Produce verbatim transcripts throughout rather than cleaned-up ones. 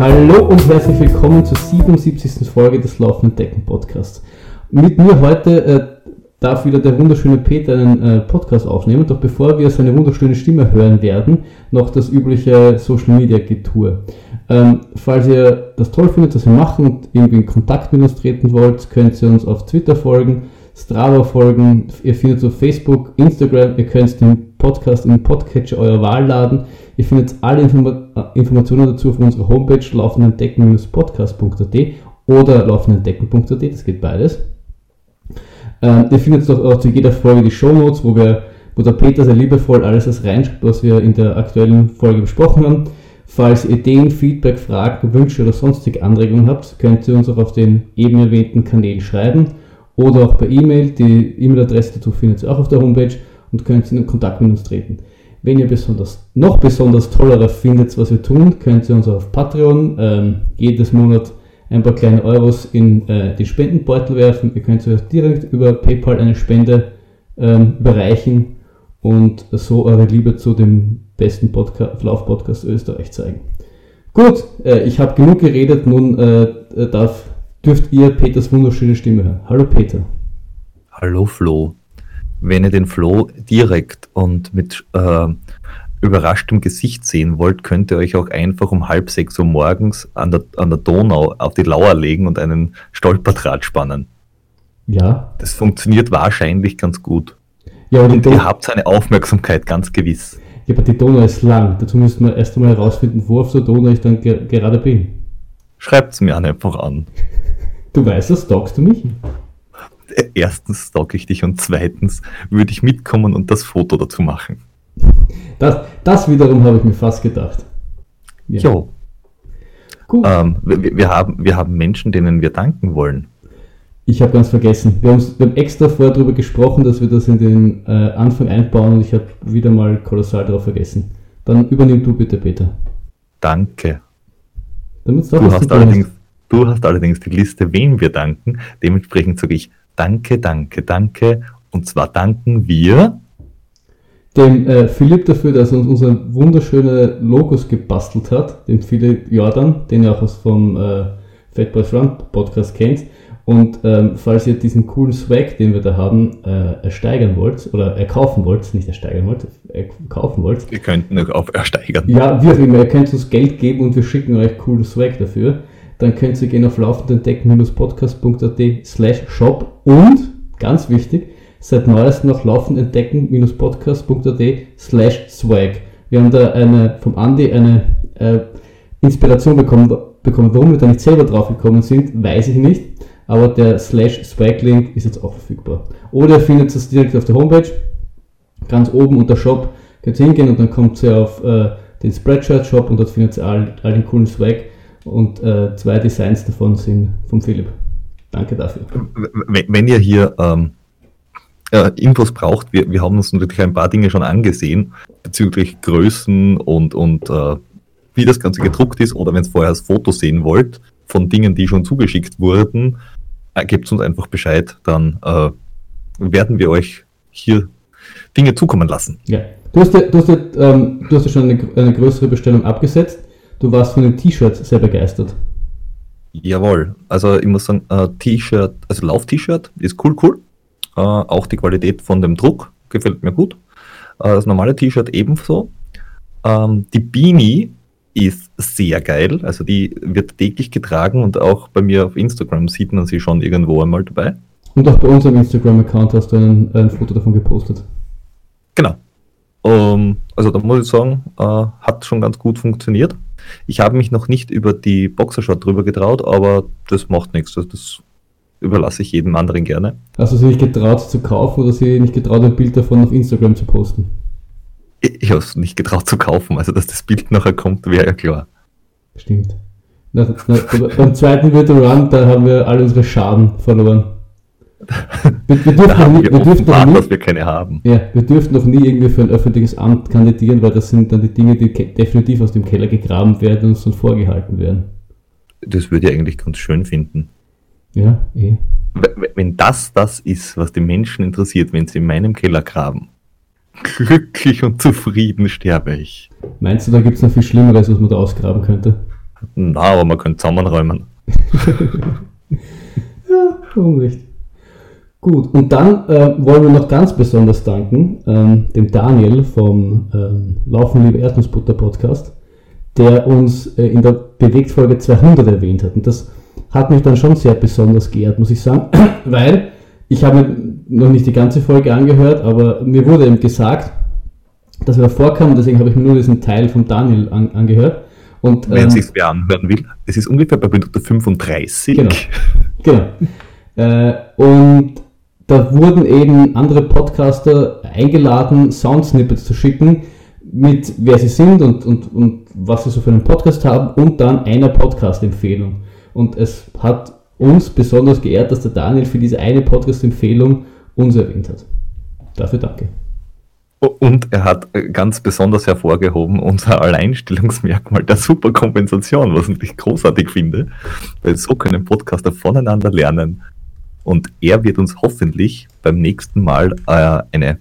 Hallo und herzlich willkommen zur siebenundsiebzigsten Folge des Laufenden Decken Podcasts. Mit mir heute äh, darf wieder der wunderschöne Peter einen äh, Podcast aufnehmen, doch bevor wir seine wunderschöne Stimme hören werden, noch das übliche Social Media Getue. Ähm, falls ihr das toll findet, was wir machen und irgendwie in Kontakt mit uns treten wollt, könnt ihr uns auf Twitter folgen, Strava folgen, ihr findet uns auf Facebook, Instagram, ihr könnt den Podcast in den Podcatcher eurer Wahl laden. Ihr findet alle Informa- Informationen dazu auf unserer Homepage laufendendecken Podcast punkt a t oder laufendendecken punkt a t, das geht beides. Ähm, ihr findet auch, auch zu jeder Folge die Shownotes, wo wir, wo der Peter sehr liebevoll alles das reinschreibt, was wir in der aktuellen Folge besprochen haben. Falls ihr Ideen, Feedback, Fragen, Wünsche oder sonstige Anregungen habt, könnt ihr uns auch auf den eben erwähnten Kanälen schreiben oder auch per E-Mail. Die E-Mail-Adresse dazu findet ihr auch auf der Homepage und könnt in Kontakt mit uns treten. Wenn ihr besonders, noch besonders toller findet, was wir tun, könnt ihr uns auf Patreon ähm, jedes Monat ein paar kleine Euros in äh, den Spendenbeutel werfen. Ihr könnt euch direkt über PayPal eine Spende ähm, überreichen und so eure Liebe zu dem besten Podcast, Lauf-Podcast Österreich zeigen. Gut, äh, ich habe genug geredet, nun äh, darf, dürft ihr Peters wunderschöne Stimme hören. Hallo Peter. Hallo Flo. Wenn ihr den Flo direkt und mit äh, überraschtem Gesicht sehen wollt, könnt ihr euch auch einfach um halb sechs Uhr morgens an der, an der Donau auf die Lauer legen und einen Stolperdraht spannen. Ja. Das funktioniert wahrscheinlich ganz gut. Ja, aber und Don- ihr habt seine Aufmerksamkeit, ganz gewiss. Ja, aber die Donau ist lang. Dazu müssen wir erst einmal herausfinden, wo auf der Donau ich dann ge- gerade bin. Schreibt's mir einfach an. Du weißt, das stalkst du mich? Erstens stalk ich dich und zweitens würde ich mitkommen und das Foto dazu machen. Das, das wiederum habe ich mir fast gedacht. Ja. Jo. Gut. Ähm, wir, wir, haben, wir haben Menschen, denen wir danken wollen. Ich habe ganz vergessen. Wir, wir haben extra vorher darüber gesprochen, dass wir das in den äh, Anfang einbauen und ich habe wieder mal kolossal darauf vergessen. Dann übernimm du bitte, Peter. Danke. Damit's doch Du was hast, zu tun allerdings, du hast allerdings die Liste, wem wir danken. Dementsprechend sage ich Danke, danke, danke. Und zwar danken wir dem äh, Philipp dafür, dass er uns unsere wunderschöne Logos gebastelt hat. Dem Philipp Jordan, den ihr auch aus vom äh, Fat Boys Run Podcast kennt. Und ähm, falls ihr diesen coolen Swag, den wir da haben, äh, ersteigern wollt oder erkaufen wollt, nicht ersteigern wollt, erkaufen wollt. Wir könnten auch auf ersteigern. Ja, wie auch immer, ihr könnt uns Geld geben und wir schicken euch coolen Swag dafür. Dann könnt ihr gehen auf laufendendecken Podcast punkt a t slash shop und, ganz wichtig, seit neuestem noch laufendendecken Podcast punkt a t slash swag. Wir haben da eine, vom Andi eine äh, Inspiration bekommen, bekommen, warum wir da nicht selber drauf gekommen sind, weiß ich nicht, aber der slash swag-Link ist jetzt auch verfügbar. Oder ihr findet es direkt auf der Homepage, ganz oben unter Shop, könnt ihr hingehen und dann kommt ihr auf äh, den Spreadshirt-Shop und dort findet ihr all, all den coolen Swag. Und äh, zwei Designs davon sind vom Philipp. Danke dafür. Wenn, wenn ihr hier ähm, äh, Infos braucht, wir, wir haben uns natürlich ein paar Dinge schon angesehen, bezüglich Größen und, und äh, wie das Ganze gedruckt ist, oder wenn ihr vorher das Foto sehen wollt, von Dingen, die schon zugeschickt wurden, äh, gebt uns einfach Bescheid, dann äh, werden wir euch hier Dinge zukommen lassen. Ja. Du hast ja, du hast ja, ähm, du hast ja schon eine, eine größere Bestellung abgesetzt. Du warst von dem T-Shirt sehr begeistert. Jawohl, also ich muss sagen, äh, T-Shirt, also Lauf-T-Shirt ist cool, cool. Äh, auch die Qualität von dem Druck gefällt mir gut. Äh, das normale T-Shirt ebenso. Ähm, die Beanie ist sehr geil, also die wird täglich getragen und auch bei mir auf Instagram sieht man sie schon irgendwo einmal dabei. Und auch bei unserem Instagram-Account hast du ein, ein Foto davon gepostet. Genau. Um, also da muss ich sagen, äh, hat schon ganz gut funktioniert. Ich habe mich noch nicht über die Boxershot drüber getraut, aber das macht nichts. Das, das überlasse ich jedem anderen gerne. Hast du sie nicht getraut zu kaufen oder sie nicht getraut, ein Bild davon auf Instagram zu posten? Ich, ich habe es nicht getraut zu kaufen, also dass das Bild nachher kommt, wäre ja klar. Stimmt. Nach, nach, beim zweiten Virtual Run, da haben wir alle unsere Schaden verloren. Wir, wir dürfen da haben noch nie, wir wir dürfen noch offenbart, nie, dass wir keine haben. ja, wir dürfen noch nie irgendwie für ein öffentliches Amt kandidieren, weil das sind dann die Dinge, die ke- definitiv aus dem Keller gegraben werden und uns dann vorgehalten werden. Das würde ich eigentlich ganz schön finden. Ja, eh. W- Wenn das das ist, was die Menschen interessiert, wenn sie in meinem Keller graben, glücklich und zufrieden sterbe ich. Meinst du, da gibt es noch viel Schlimmeres, was man da ausgraben könnte? Na, aber man könnte zusammenräumen. Ja, warum nicht? Gut, und dann äh, wollen wir noch ganz besonders danken ähm, dem Daniel vom ähm, Laufen liebe Erdnussbutter Podcast, der uns äh, in der Bewegtfolge zweihundert erwähnt hat. Und das hat mich dann schon sehr besonders geehrt, muss ich sagen, weil ich habe mir noch nicht die ganze Folge angehört, aber mir wurde eben gesagt, dass er vorkam und deswegen habe ich mir nur diesen Teil von Daniel an, angehört. Und, Wenn ähm, sich wer anhören will, es ist ungefähr bei Minute fünfunddreißig. Genau, genau. Äh, und da wurden eben andere Podcaster eingeladen, Soundsnippets zu schicken, mit wer sie sind und, und, und was sie so für einen Podcast haben und dann einer Podcast-Empfehlung. Und es hat uns besonders geehrt, dass der Daniel für diese eine Podcast-Empfehlung uns erwähnt hat. Dafür danke. Und er hat ganz besonders hervorgehoben unser Alleinstellungsmerkmal der Superkompensation, was ich großartig finde, weil so können Podcaster voneinander lernen. Und er wird uns hoffentlich beim nächsten Mal äh, eine,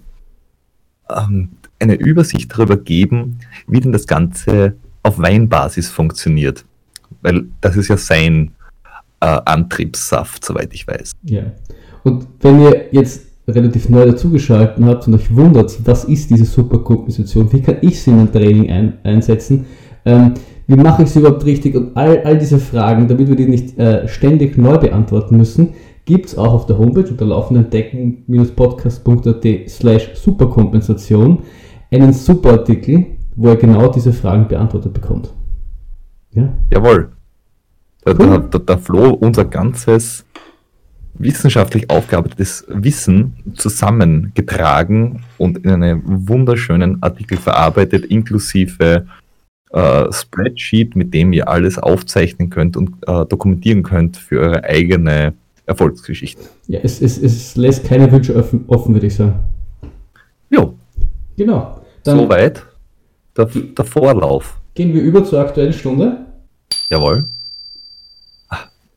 ähm, eine Übersicht darüber geben, wie denn das Ganze auf Weinbasis funktioniert. Weil das ist ja sein äh, Antriebssaft, soweit ich weiß. Ja. Und wenn ihr jetzt relativ neu dazugeschaltet habt und euch wundert, was ist diese Superkompensation, wie kann ich sie in ein Training ein, einsetzen, ähm, wie mache ich sie überhaupt richtig und all, all diese Fragen, damit wir die nicht äh, ständig neu beantworten müssen, gibt es auch auf der Homepage unter laufendendecken-podcast.at slash Superkompensation einen Superartikel, wo ihr genau diese Fragen beantwortet bekommt. Ja? Jawohl. Da, Cool. da, da, da Flo unser ganzes wissenschaftlich aufgearbeitetes Wissen zusammengetragen und in einen wunderschönen Artikel verarbeitet, inklusive äh, Spreadsheet, mit dem ihr alles aufzeichnen könnt und äh, dokumentieren könnt für eure eigene Erfolgsgeschichte. Ja, es, es, es lässt keine Wünsche offen, offen, würde ich sagen. Jo, Genau. Dann soweit der, der Vorlauf. gehen wir über zur aktuellen Stunde. Jawohl. Ah,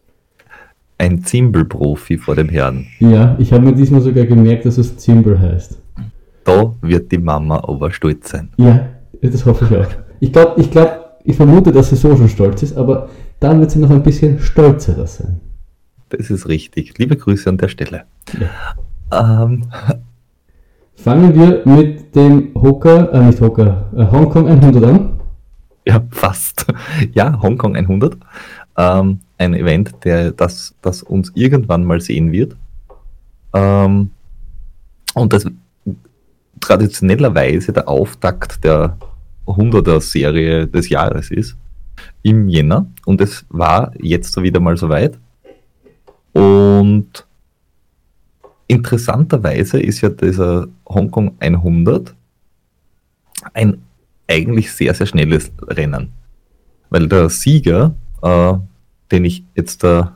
ein Zimbelprofi vor dem Herrn. Ja, ich habe mir diesmal sogar gemerkt, dass es Zimbel heißt. Da wird die Mama aber stolz sein. Ja, das hoffe ich auch. Ich glaube, ich, glaub, ich vermute, dass sie so schon stolz ist, aber dann wird sie noch ein bisschen stolzerer sein. Das ist richtig. Liebe Grüße an der Stelle. Ja. Ähm, Fangen wir mit dem Hoka, äh nicht Hoka, äh, Hongkong hundert an. ja, fast. Ja, Hongkong hundert. Ähm, ein Event, der das, das uns irgendwann mal sehen wird. Ähm, und das traditionellerweise der Auftakt der hunderter-Serie des Jahres ist. Im Jänner. Und es war jetzt so wieder mal soweit. Und interessanterweise ist ja dieser Hongkong hundert ein eigentlich sehr, sehr schnelles Rennen. Weil der Sieger, äh, den ich jetzt da,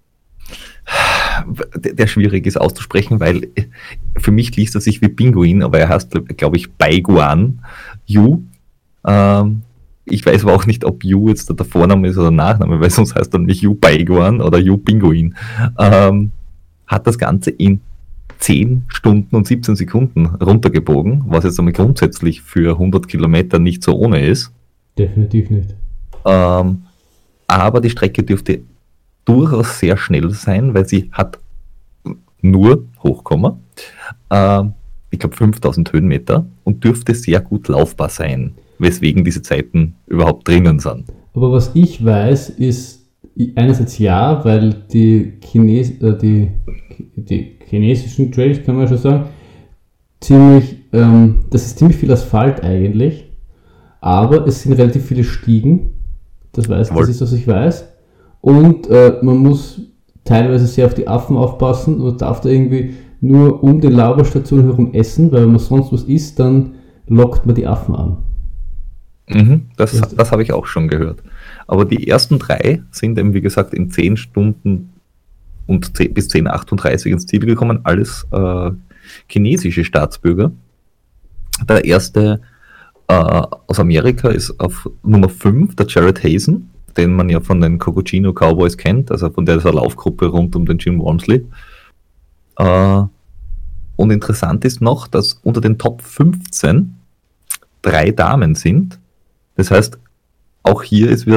der, der schwierig ist auszusprechen, weil für mich liest er sich wie Pinguin, aber er heißt, glaube ich, Baiguan Yu. Ähm, ich weiß aber auch nicht, ob Yu jetzt der Vorname ist oder der Nachname, weil sonst heißt er nämlich Yu Baiguan oder Yu Pinguin. Ähm, hat das Ganze in zehn Stunden und siebzehn Sekunden runtergebogen, was jetzt einmal grundsätzlich für hundert Kilometer nicht so ohne ist. Definitiv nicht. Ähm, aber die Strecke dürfte durchaus sehr schnell sein, weil sie hat nur Hochkomma, ähm, ich glaube fünftausend Höhenmeter und dürfte sehr gut laufbar sein, weswegen diese Zeiten überhaupt drinnen sind. Aber was ich weiß, ist einerseits ja, weil die, Chines äh, die, die chinesischen Trails, kann man schon sagen, ziemlich, ähm, das ist ziemlich viel Asphalt eigentlich, aber es sind relativ viele Stiegen, das, weiß, das ist, was ich weiß, und äh, man muss teilweise sehr auf die Affen aufpassen und darf da irgendwie nur um die Lagerstation herum essen, weil wenn man sonst was isst, dann lockt man die Affen an. Mhm, das das habe ich auch schon gehört. Aber die ersten drei sind eben, wie gesagt, in zehn Stunden und zehn, bis zehn achtunddreißig ins Ziel gekommen, alles äh, chinesische Staatsbürger. Der erste äh, aus Amerika ist auf Nummer fünf, der Jared Hazen, den man ja von den Cocochino Cowboys kennt, also von dieser Laufgruppe rund um den Jim Walmsley. Äh, und interessant ist noch, dass unter den Top fünfzehn drei Damen sind. Das heißt, auch hier ist wieder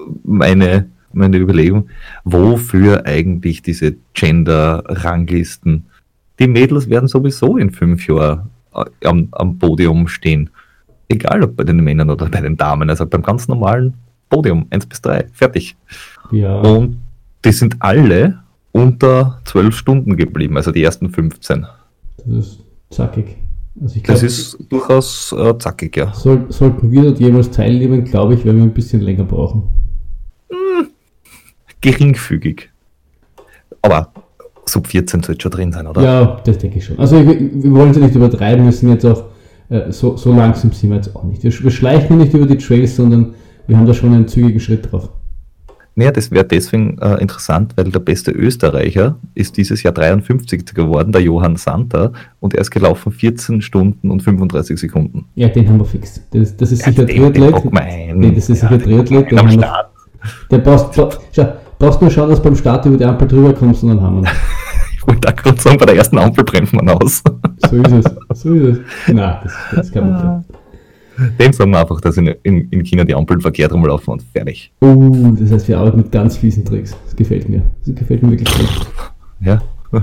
meine, meine Überlegung, wofür eigentlich diese Gender-Ranglisten? Die Mädels werden sowieso in fünf Jahren am, am Podium stehen. Egal ob bei den Männern oder bei den Damen, also beim ganz normalen Podium, eins bis drei, fertig. Ja. Und die sind alle unter zwölf Stunden geblieben, also die ersten fünfzehn. Das ist zackig. Also ich glaub, das ist durchaus äh, zackig, ja. Soll, sollten wir dort jemals teilnehmen, glaube ich, werden wir ein bisschen länger brauchen. Hm, geringfügig. Aber Sub vierzehn sollte schon drin sein, oder? Ja, das denke ich schon. Also wir, wir wollen es ja nicht übertreiben, wir sind jetzt auch, äh, so, so langsam sind wir jetzt auch nicht. Wir, wir schleichen nicht über die Trails, sondern wir haben da schon einen zügigen Schritt drauf. Naja, das wäre deswegen äh, interessant, weil der beste Österreicher ist dieses Jahr dreiundfünfzig geworden, der Johann Santer, und er ist gelaufen vierzehn Stunden und fünfunddreißig Sekunden. Ja, den haben wir fix. Das, das ist Ja, sicher den- den Triathlet. packen wir ein. Nee, das ist Ja, sicher den Triathlet. packen wir am haben wir- Start. Der brauchst, bra- schau, brauchst nur schauen, dass beim Start über die Ampel drüber kommst und dann haben wir ihn. Ich wollte auch gerade sagen, bei der ersten Ampel bremst man aus. So ist es. So ist es. Nein, das, das kann man nicht. Dem sagen wir einfach, dass in, in, in China die Ampeln verkehrt rumlaufen und fertig. Uh, das heißt, wir arbeiten mit ganz fiesen Tricks. Das gefällt mir. Das gefällt mir wirklich gut. Ja.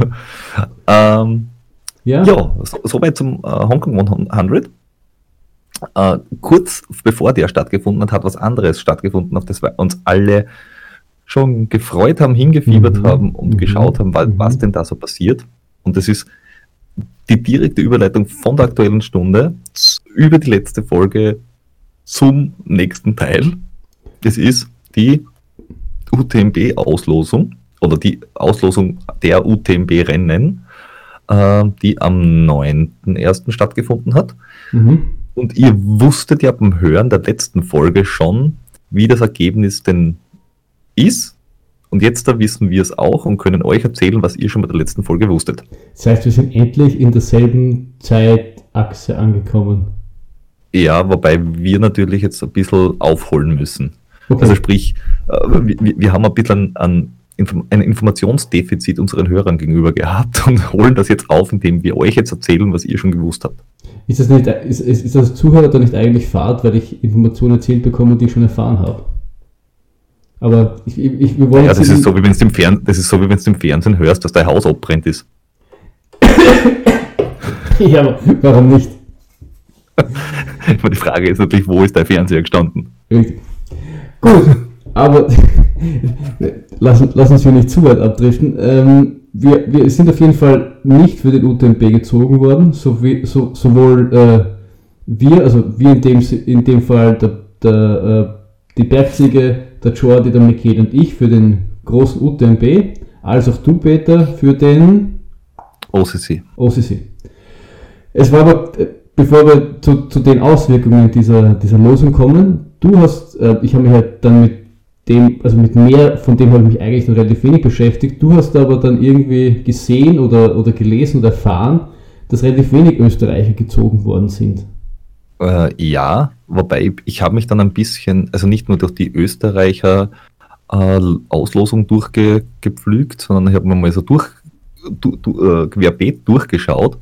ähm, Ja? ja, so, soweit zum äh, Hongkong hundert. Äh, kurz bevor der stattgefunden hat, hat was anderes stattgefunden, auf das wir uns alle schon gefreut haben, hingefiebert Mhm. haben und Mhm. geschaut haben, wa- Mhm. was denn da so passiert. Und das ist die direkte Überleitung von der aktuellen Stunde z- über die letzte Folge zum nächsten Teil. Das ist die U T M B-Auslosung oder die Auslosung der U T M B-Rennen, äh, die am neunten ersten stattgefunden hat. Mhm. Und ihr wusstet ja beim Hören der letzten Folge schon, wie das Ergebnis denn ist. Und jetzt da wissen wir es auch und können euch erzählen, was ihr schon bei der letzten Folge wusstet. Das heißt, wir sind endlich in derselben Zeitachse angekommen. Ja, wobei wir natürlich jetzt ein bisschen aufholen müssen. Okay. Also sprich, äh, wir, wir haben ein bisschen an Inform- ein Informationsdefizit unseren Hörern gegenüber gehabt und holen das jetzt auf, indem wir euch jetzt erzählen, was ihr schon gewusst habt. Ist das nicht, ist, ist, ist das Zuhörer da nicht eigentlich fad, weil ich Informationen erzählt bekomme, die ich schon erfahren habe? Aber ich, ich, ich, wir wollen Ja, jetzt das nicht- ist so, wie wenn du im Fern- das ist so, wie wenn du im Fernsehen hörst, dass dein Haus abbrennt ist. Ja, aber warum nicht? Aber die Frage ist natürlich, wo ist dein Fernseher gestanden? Richtig. Gut, aber lass, lass uns hier nicht zu weit abdriften. Ähm, wir, wir sind auf jeden Fall nicht für den U T M B gezogen worden, so wie, so, sowohl äh, wir, also wir in dem, in dem Fall der, der, äh, die Bergziege, der Jordi, der Michael und ich für den großen U T M B, als auch du, Peter, für den O C C. O C C. Es war aber, äh, bevor wir zu, zu den Auswirkungen dieser, dieser Losung kommen, du hast, äh, ich habe mich halt dann mit dem, also mit mehr, von dem habe ich mich eigentlich noch relativ wenig beschäftigt, du hast aber dann irgendwie gesehen oder, oder gelesen oder erfahren, dass relativ wenig Österreicher gezogen worden sind. Äh, ja, wobei ich habe mich dann ein bisschen, also nicht nur durch die Österreicher äh, Auslosung durchgepflügt, sondern ich habe mir mal so durch, du, du, äh, querbeet durchgeschaut.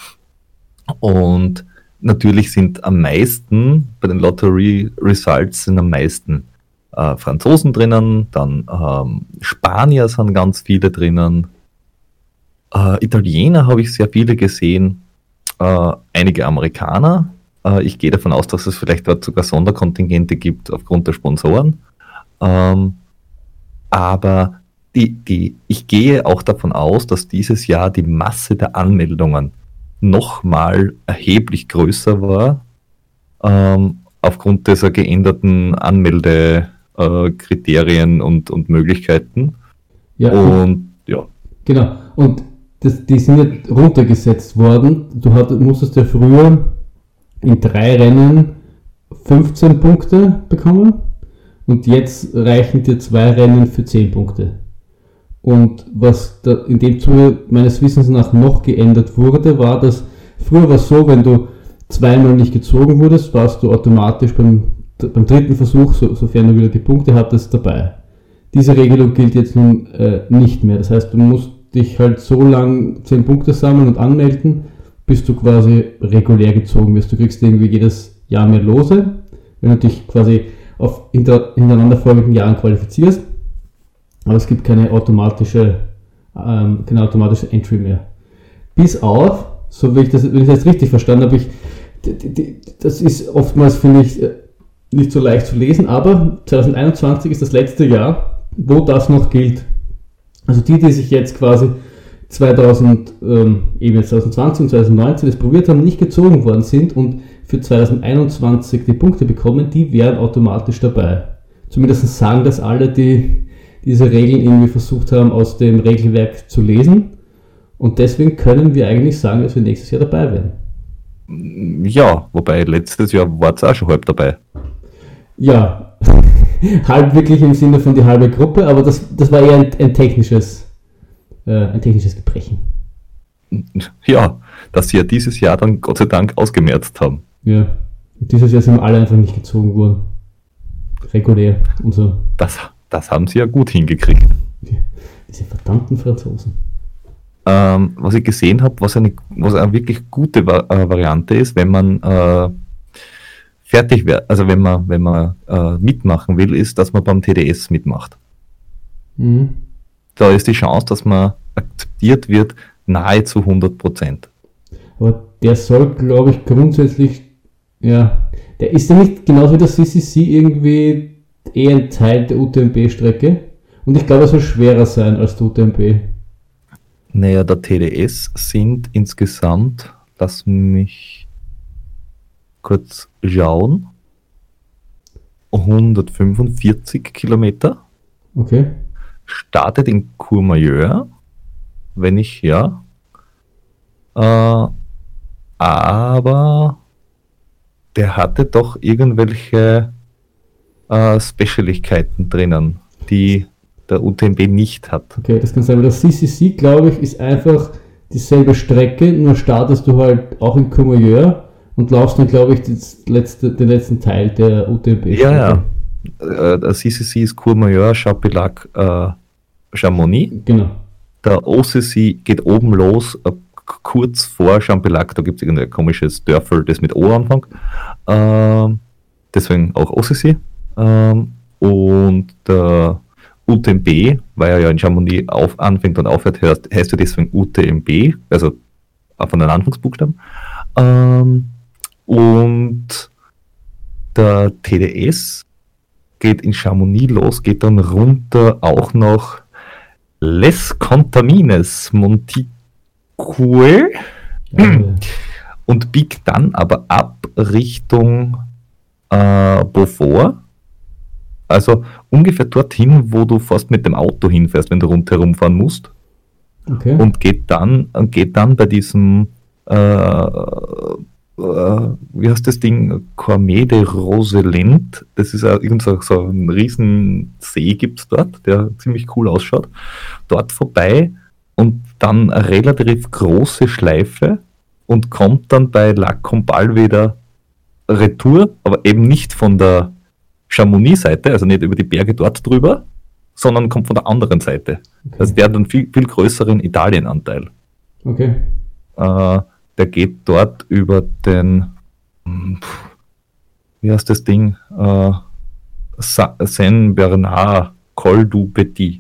Und natürlich sind am meisten, bei den Lottery Results sind am meisten äh, Franzosen drinnen, dann ähm, Spanier sind ganz viele drinnen, äh, Italiener habe ich sehr viele gesehen, äh, einige Amerikaner. Äh, ich gehe davon aus, dass es vielleicht dort sogar Sonderkontingente gibt aufgrund der Sponsoren. Ähm, aber die, die, ich gehe auch davon aus, dass dieses Jahr die Masse der Anmeldungen nochmal erheblich größer war, ähm, aufgrund dieser geänderten Anmeldekriterien äh, und, und Möglichkeiten. Ja, Und ja, genau. Und das, die sind ja runtergesetzt worden. Du hattest, musstest ja früher in drei Rennen fünfzehn Punkte bekommen und jetzt reichen dir zwei Rennen für zehn Punkte. Und was da in dem Zuge meines Wissens nach noch geändert wurde, war, dass früher war es so, wenn du zweimal nicht gezogen wurdest, warst du automatisch beim, beim dritten Versuch, so, sofern du wieder die Punkte hattest, dabei. Diese Regelung gilt jetzt nun äh, nicht mehr. Das heißt, du musst dich halt so lang zehn Punkte sammeln und anmelden, bis du quasi regulär gezogen wirst. Du kriegst irgendwie jedes Jahr mehr Lose. Wenn du dich quasi auf hinter, hintereinander folgenden Jahren qualifizierst, aber es gibt keine automatische, ähm, keine automatische Entry mehr. Bis auf, so wie ich das, wenn ich das jetzt richtig verstanden habe, ich, die, die, das ist oftmals, finde ich, nicht so leicht zu lesen, aber zwanzig einundzwanzig ist das letzte Jahr, wo das noch gilt. Also die, die sich jetzt quasi zweitausend, ähm, eben jetzt zwanzig zwanzig und zwanzig neunzehn das probiert haben, nicht gezogen worden sind und für zwanzig einundzwanzig die Punkte bekommen, die wären automatisch dabei. Zumindest sagen das alle, die diese Regeln irgendwie versucht haben, aus dem Regelwerk zu lesen. Und deswegen können wir eigentlich sagen, dass wir nächstes Jahr dabei werden. Ja, wobei letztes Jahr war es auch schon halb dabei. Ja, halb wirklich im Sinne von die halbe Gruppe, aber das, das war eher ein, ein technisches äh, ein technisches Gebrechen. Ja, dass sie ja dieses Jahr dann Gott sei Dank ausgemerzt haben. Ja, und dieses Jahr sind alle einfach nicht gezogen worden. Regulär und so. Das, das haben sie ja gut hingekriegt. Ja, diese verdammten Franzosen. Ähm, was ich gesehen habe, was eine, was eine wirklich gute Va- äh, Variante ist, wenn man äh, fertig wird, also wenn man, wenn man äh, mitmachen will, ist, dass man beim T D S mitmacht. Mhm. Da ist die Chance, dass man akzeptiert wird, nahezu hundert Prozent. Aber der soll, glaube ich, grundsätzlich, ja, der ist ja nicht genauso wie der C C C irgendwie eher ein Teil der U T M B-Strecke. Und ich glaube, er soll schwerer sein als der U T M B. Naja, der T D S sind insgesamt, lass mich kurz schauen, hundertfünfundvierzig Kilometer. Okay. Startet in Courmayeur, wenn ich, ja. Äh, aber der hatte doch irgendwelche äh, Specialigkeiten drinnen, die der U T M B nicht hat. Okay, das kann sein, aber der C C C, glaube ich, ist einfach dieselbe Strecke, nur startest du halt auch in Courmayeur und laufst dann, glaube ich, das letzte, den letzten Teil der U T M B. Ja, ja. Äh, der C C C ist Courmayeur, Chapellac, äh, Chamonix. Genau. Der O C C geht oben los, äh, kurz vor Chapellac, da gibt es irgendein komisches Dörfel, das mit O anfängt. Ähm, deswegen auch O C C. Ähm, und der U T M B, weil er ja in Chamonix auf, anfängt und aufhört, heißt, heißt er deswegen U T M B, also von den Anfangsbuchstaben. Ähm, und der T D S geht in Chamonix los, geht dann runter auch noch Les Contamines Monticuet Ja, und biegt dann aber ab Richtung äh, Beaufort. Also ungefähr dorthin, wo du fast mit dem Auto hinfährst, wenn du rundherum fahren musst. okay. Und geht dann, und geht dann bei diesem, äh, äh, wie heißt das Ding, Cormet de Roselind, das ist ja irgend so, so ein riesen See gibt's dort, der ziemlich cool ausschaut, dort vorbei und dann eine relativ große Schleife und kommt dann bei La Combal wieder retour, aber eben nicht von der Chamonix-Seite, also nicht über die Berge dort drüber, sondern kommt von der anderen Seite. Okay. Also der hat einen viel, viel größeren Italien-Anteil. Okay. Äh, der geht dort über den, wie heißt das Ding, äh, Saint-Bernard Col du Petit.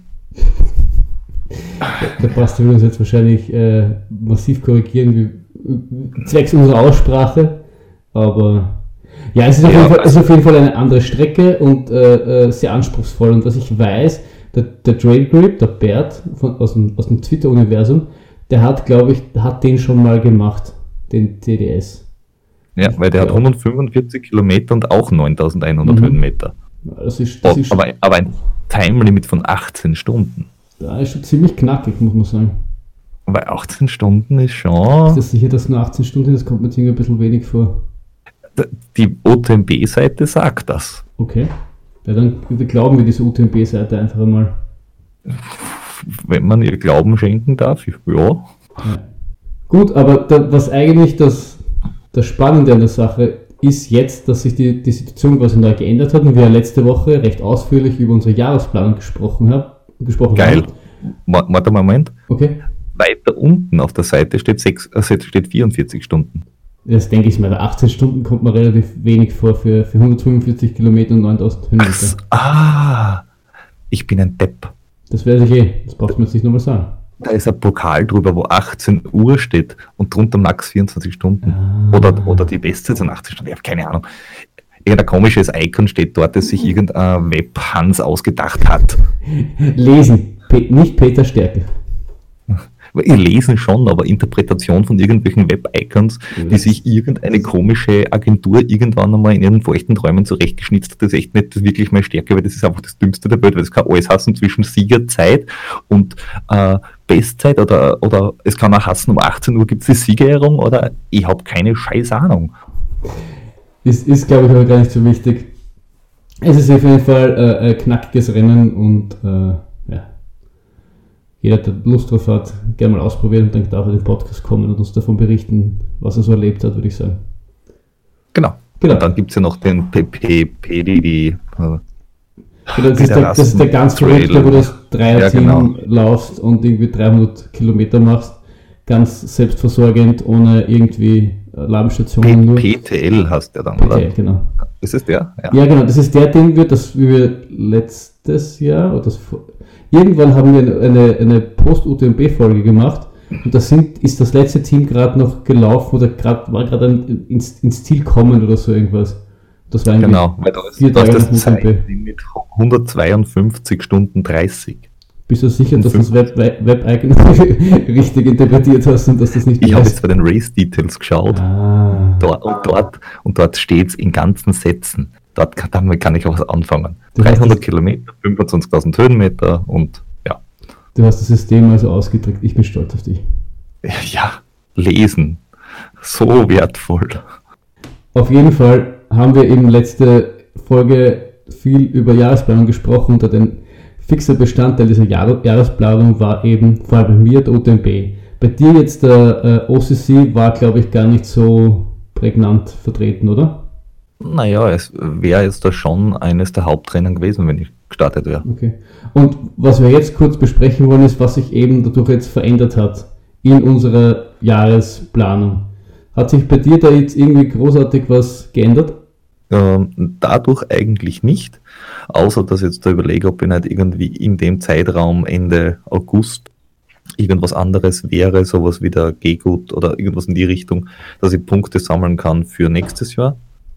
Da brauchst du uns jetzt wahrscheinlich äh, massiv korrigieren, wie, zwecks unserer Aussprache, aber ja, es ist auf, Ja, jeden, Fall, es ist also- auf jeden Fall eine andere Strecke und äh, äh, sehr anspruchsvoll. Und was ich weiß, der, der Trail Grip, der Bert von, aus dem, aus dem Twitter-Universum, der hat, glaube ich, hat den schon mal gemacht, den T D S. Ja, weil der hat Ja. hundertfünfundvierzig Kilometer und auch neuntausendeinhundert Mhm. Höhenmeter. Ja, das ist, das Oh, ist, aber, aber ein Time-Limit von achtzehn Stunden. ja, ist schon ziemlich knackig, muss man sagen. Weil achtzehn Stunden ist schon... Ist das sicher, dass nur achtzehn Stunden sind? Das kommt mir jetzt irgendwie ein bisschen wenig vor. Die O T M B-Seite sagt das. Okay. Ja, dann glauben wir diese U T M B-Seite einfach einmal. Wenn man ihr Glauben schenken darf, ja. Ja. Gut, aber da, was eigentlich das, das Spannende an der Sache ist jetzt, dass sich die, die Situation quasi neu geändert hat und wir letzte Woche recht ausführlich über unsere Jahresplanung gesprochen, hab, gesprochen Geil. haben. Wa- Warte mal einen Moment. Okay. Weiter unten auf der Seite steht, sechs, äh, steht vierundvierzig Stunden. Das denke ich mal, bei achtzehn Stunden kommt man relativ wenig vor für, für hundertfünfundvierzig Kilometer und neuntausend Höhenmeter. Ah, ich bin ein Depp. Das weiß ich eh, das braucht man jetzt nicht nochmal sagen. Da ist ein Pokal drüber, wo achtzehn Uhr steht und drunter max vierundzwanzig Stunden. Ah. Oder, oder die Bestzeit sind achtzehn Stunden, ich habe keine Ahnung. Irgendein komisches Icon steht dort, das sich irgendein Web-Hans ausgedacht hat. Lesen, Pe- nicht Peter Stärke. Ich lesen schon, aber Interpretation von irgendwelchen Web-Icons, die sich irgendeine komische Agentur irgendwann einmal in ihren feuchten Träumen zurechtgeschnitzt hat, das ist echt nicht wirklich meine Stärke, weil das ist einfach das Dümmste der Welt, weil es kann alles hassen zwischen Siegerzeit und äh, Bestzeit oder, oder es kann auch hassen, um achtzehn Uhr gibt es die Siegerehrung oder ich habe keine scheiß Ahnung. Ist, ist glaube ich, aber gar nicht so wichtig. Es ist auf jeden Fall äh, ein knackiges Rennen und äh, ja. Jeder, der Lust drauf hat, gerne mal ausprobieren und dann darf er den Podcast kommen und uns davon berichten, was er so erlebt hat, würde ich sagen. Genau. Genau. Und dann gibt es ja noch den P P P D D. Äh, genau, das, ist der, das ist der ganz verrückte, wo du das Dreier-Team ja, genau. laufst und irgendwie dreihundert Kilometer machst. Ganz selbstversorgend, ohne irgendwie Ladestationen. Nur. P T L heißt der dann, P T L, oder? Genau. Ist es der? Ja. ja, genau. Das ist der, den wir, das wir letztes Jahr, oder das, irgendwann haben wir eine, eine Post-U T M B-Folge gemacht und da sind, ist das letzte Team gerade noch gelaufen oder grad, war gerade ins, ins Ziel kommen oder so irgendwas. Das war genau, weil das, vier das, Tage das nach Zeit mit hundertzweiundfünfzig Stunden dreißig. Bist du sicher, dass du das Web-Icon richtig interpretiert hast und dass das nicht Ich habe jetzt bei den Race-Details geschaut ah. dort, und dort, und dort steht es in ganzen Sätzen. Dort kann, damit kann ich auch was anfangen. Du dreihundert Kilometer, fünfundzwanzigtausend Höhenmeter und ja. Du hast das System also ausgedrückt. Ich bin stolz auf dich. Ja, lesen. So wertvoll. Auf jeden Fall haben wir eben letzte Folge viel über Jahresplanung gesprochen und den fixer Bestandteil dieser Jahr- Jahresplanung war eben, vor allem bei mir, der O T M B. Bei dir jetzt der äh, O C C war, glaube ich, gar nicht so prägnant vertreten, oder? Naja, es wäre jetzt da schon eines der Hauptrennen gewesen, wenn ich gestartet wäre. Okay. Und was wir jetzt kurz besprechen wollen, ist, was sich eben dadurch jetzt verändert hat in unserer Jahresplanung. Hat sich bei dir da jetzt irgendwie großartig was geändert? Ähm, dadurch eigentlich nicht, außer dass ich jetzt da überlege, ob ich nicht irgendwie in dem Zeitraum Ende August irgendwas anderes wäre, sowas wie der G-Gut oder irgendwas in die Richtung, dass ich Punkte sammeln kann für nächstes Jahr.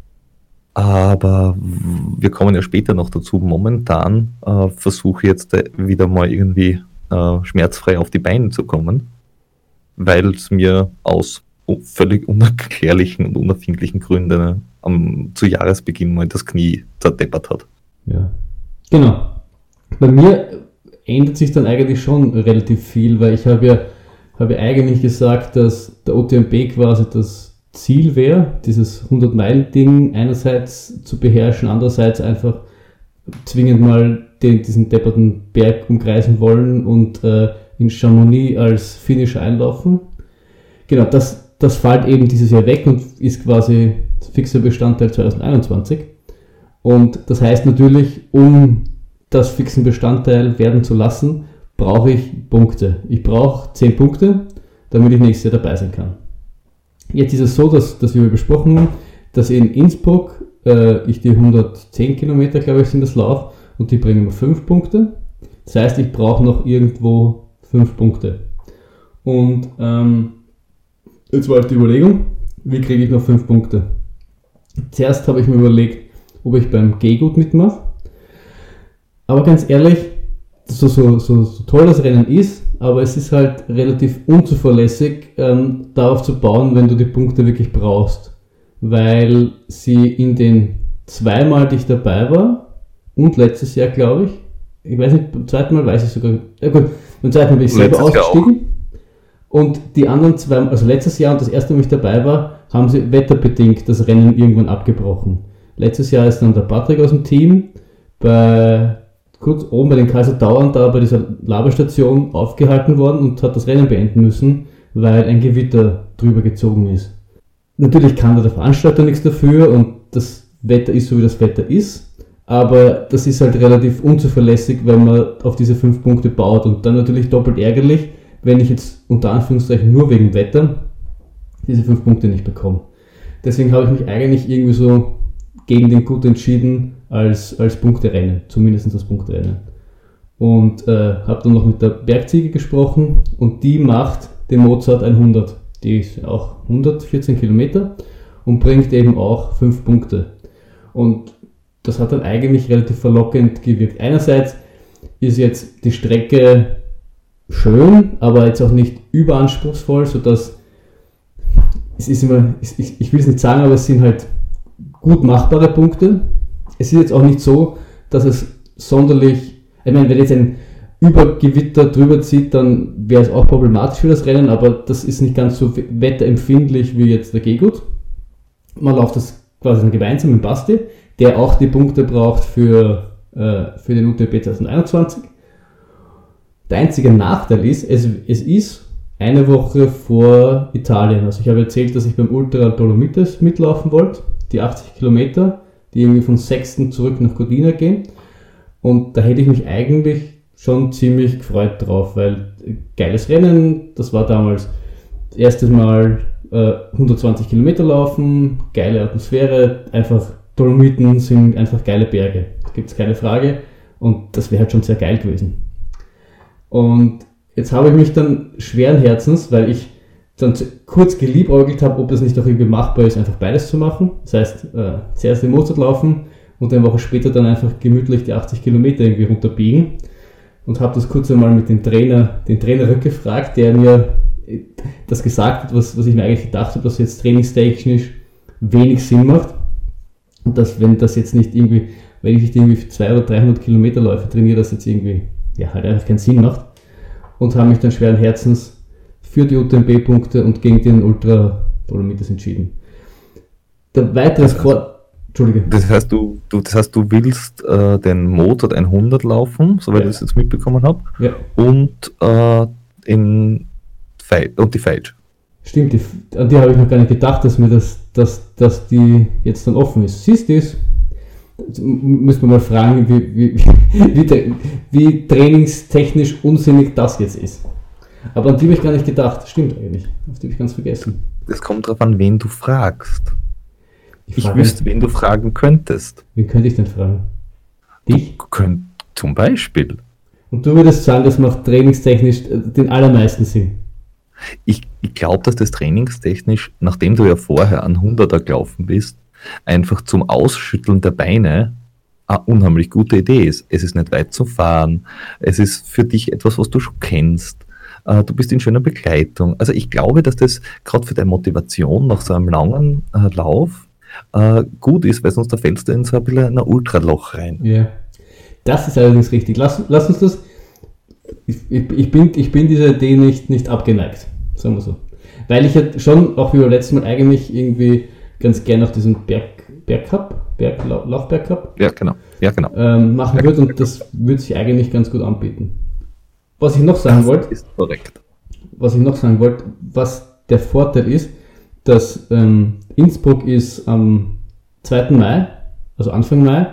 Aber wir kommen ja später noch dazu. Momentan äh, versuche ich jetzt wieder mal irgendwie äh, schmerzfrei auf die Beine zu kommen, weil es mir aus völlig unerklärlichen und unerfindlichen Gründen am, zu Jahresbeginn mal das Knie zerdeppert hat. Ja, genau. Bei mir ändert sich dann eigentlich schon relativ viel, weil ich habe ja, habe ja eigentlich gesagt, dass der O T M B quasi das Ziel wäre, dieses hundert-Meilen-Ding einerseits zu beherrschen, andererseits einfach zwingend mal den, diesen depperten Berg umkreisen wollen und äh, in Chamonix als Finisher einlaufen. Genau, das Das fällt eben dieses Jahr weg und ist quasi fixer Bestandteil zwanzig einundzwanzig. Und das heißt natürlich, um das fixen Bestandteil werden zu lassen, brauche ich Punkte. Ich brauche zehn Punkte, damit ich nächstes Jahr dabei sein kann. Jetzt ist es so, dass, dass wir besprochen haben, dass in Innsbruck äh, ich die hundertzehn Kilometer, glaube ich, sind das Lauf und die bringen mir fünf Punkte. Das heißt, ich brauche noch irgendwo fünf Punkte. Und ähm, jetzt war halt die Überlegung, wie kriege ich noch fünf Punkte? Zuerst habe ich mir überlegt, ob ich beim G-Gut mitmache. Aber ganz ehrlich, so, so, so, so toll das Rennen ist, aber es ist halt relativ unzuverlässig, ähm, darauf zu bauen, wenn du die Punkte wirklich brauchst. Weil sie in den zweimal, die ich dabei war, und letztes Jahr, glaube ich, ich weiß nicht, beim zweiten Mal weiß ich sogar, ja gut, beim zweiten Mal bin ich selber ausgestiegen. Und die anderen zwei, also letztes Jahr und das erste Mal, ich dabei war, haben sie wetterbedingt das Rennen irgendwann abgebrochen. Letztes Jahr ist dann der Patrick aus dem Team bei, kurz oben bei den Kaisertauern da bei dieser Laberstation aufgehalten worden und hat das Rennen beenden müssen, weil ein Gewitter drüber gezogen ist. Natürlich kann da der Veranstalter nichts dafür und das Wetter ist so, wie das Wetter ist, aber das ist halt relativ unzuverlässig, wenn man auf diese fünf Punkte baut und dann natürlich doppelt ärgerlich, wenn ich jetzt unter Anführungszeichen nur wegen Wetter diese fünf Punkte nicht bekomme. deswegen habe ich mich eigentlich irgendwie so gegen den Gut entschieden als, als Punkterennen, zumindest das Punkterennen. Und äh, habe dann noch mit der Bergziege gesprochen und die macht den Mozart hundert. Die ist auch hundertvierzehn Kilometer und bringt eben auch fünf Punkte. Und das hat dann eigentlich relativ verlockend gewirkt. Einerseits ist jetzt die Strecke schön, aber jetzt auch nicht überanspruchsvoll, sodass es ist immer, ich, ich will es nicht sagen, aber es sind halt gut machbare Punkte. Es ist jetzt auch nicht so, dass es sonderlich, ich meine, wenn jetzt ein Übergewitter drüber zieht, dann wäre es auch problematisch für das Rennen, aber das ist nicht ganz so wetterempfindlich wie jetzt der Gehgut. Man läuft das quasi dann gemeinsam mit Basti, der auch die Punkte braucht für, äh, für den U T M B zwanzig einundzwanzig. Der einzige Nachteil ist, es, es ist eine Woche vor Italien. Also ich habe erzählt, dass ich beim Ultra Dolomites mitlaufen wollte, die achtzig Kilometer, die irgendwie von Sexten zurück nach Cortina gehen. Und da hätte ich mich eigentlich schon ziemlich gefreut drauf, weil geiles Rennen, das war damals das erste Mal äh, hundertzwanzig Kilometer laufen, geile Atmosphäre, einfach Dolomiten sind einfach geile Berge, da gibt es keine Frage und das wäre halt schon sehr geil gewesen. Und jetzt habe ich mich dann schweren Herzens, weil ich dann kurz geliebäugelt habe, ob es nicht auch irgendwie machbar ist, einfach beides zu machen. Das heißt, äh, zuerst den Mozart laufen und eine Woche später dann einfach gemütlich die achtzig Kilometer irgendwie runterbiegen. Und habe das kurz einmal mit dem Trainer, den Trainer rückgefragt, der mir das gesagt hat, was, was ich mir eigentlich gedacht habe, dass jetzt trainingstechnisch wenig Sinn macht. Und dass, wenn das jetzt nicht irgendwie, wenn ich nicht irgendwie zweihundert oder dreihundert Kilometer Läufe trainiere, das jetzt irgendwie, ja, halt einfach keinen Sinn macht. Und habe mich dann schweren Herzens für die U T M B-Punkte und gegen den Ultra Dolomites entschieden. Der weitere Sport, Entschuldige. Das heißt, du, du, das heißt, du willst äh, den Mozart hundert laufen, soweit Ja. ich das jetzt mitbekommen habe, Ja. und, äh, in Fe- und die Feitsch. Stimmt, die, an die habe ich noch gar nicht gedacht, dass mir das, dass, dass die jetzt dann offen ist. Siehst du das? Müssen wir mal fragen, wie, wie, wie, wie trainingstechnisch unsinnig das jetzt ist. Aber an die habe ich gar nicht gedacht. Stimmt eigentlich. Auf die habe ich ganz vergessen. Es kommt darauf an, wen du fragst. Ich frage- wüsste, wen du fragen könntest. Wen könnte ich denn fragen? Dich? Du könnt, zum Beispiel. Und du würdest sagen, das macht trainingstechnisch den allermeisten Sinn. Ich, ich glaube, dass das trainingstechnisch, nachdem du ja vorher an hunderter gelaufen bist, einfach zum Ausschütteln der Beine eine unheimlich gute Idee ist. Es ist nicht weit zu fahren, es ist für dich etwas, was du schon kennst, äh, du bist in schöner Begleitung. Also ich glaube, dass das gerade für deine Motivation nach so einem langen äh, Lauf äh, gut ist, weil sonst da fällst du in so ein bisschen ein Ultraloch rein. Ja. Das ist allerdings richtig. Lass, lass uns das. Ich, ich, ich, bin, ich bin dieser Idee nicht, nicht abgeneigt, sagen wir so. Weil ich ja schon, auch wie beim letzten Mal, eigentlich irgendwie ganz gerne auf diesen Berg, Bergcup, Berg, Laufbergcup Ja, genau. Ja, genau. ähm, machen würde und das würde sich eigentlich ganz gut anbieten. Was ich noch sagen Das wollte, ist korrekt. was ich noch sagen wollte, was der Vorteil ist, dass ähm, Innsbruck ist am zweiten Mai, also Anfang Mai,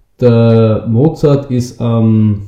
der Mozart ist am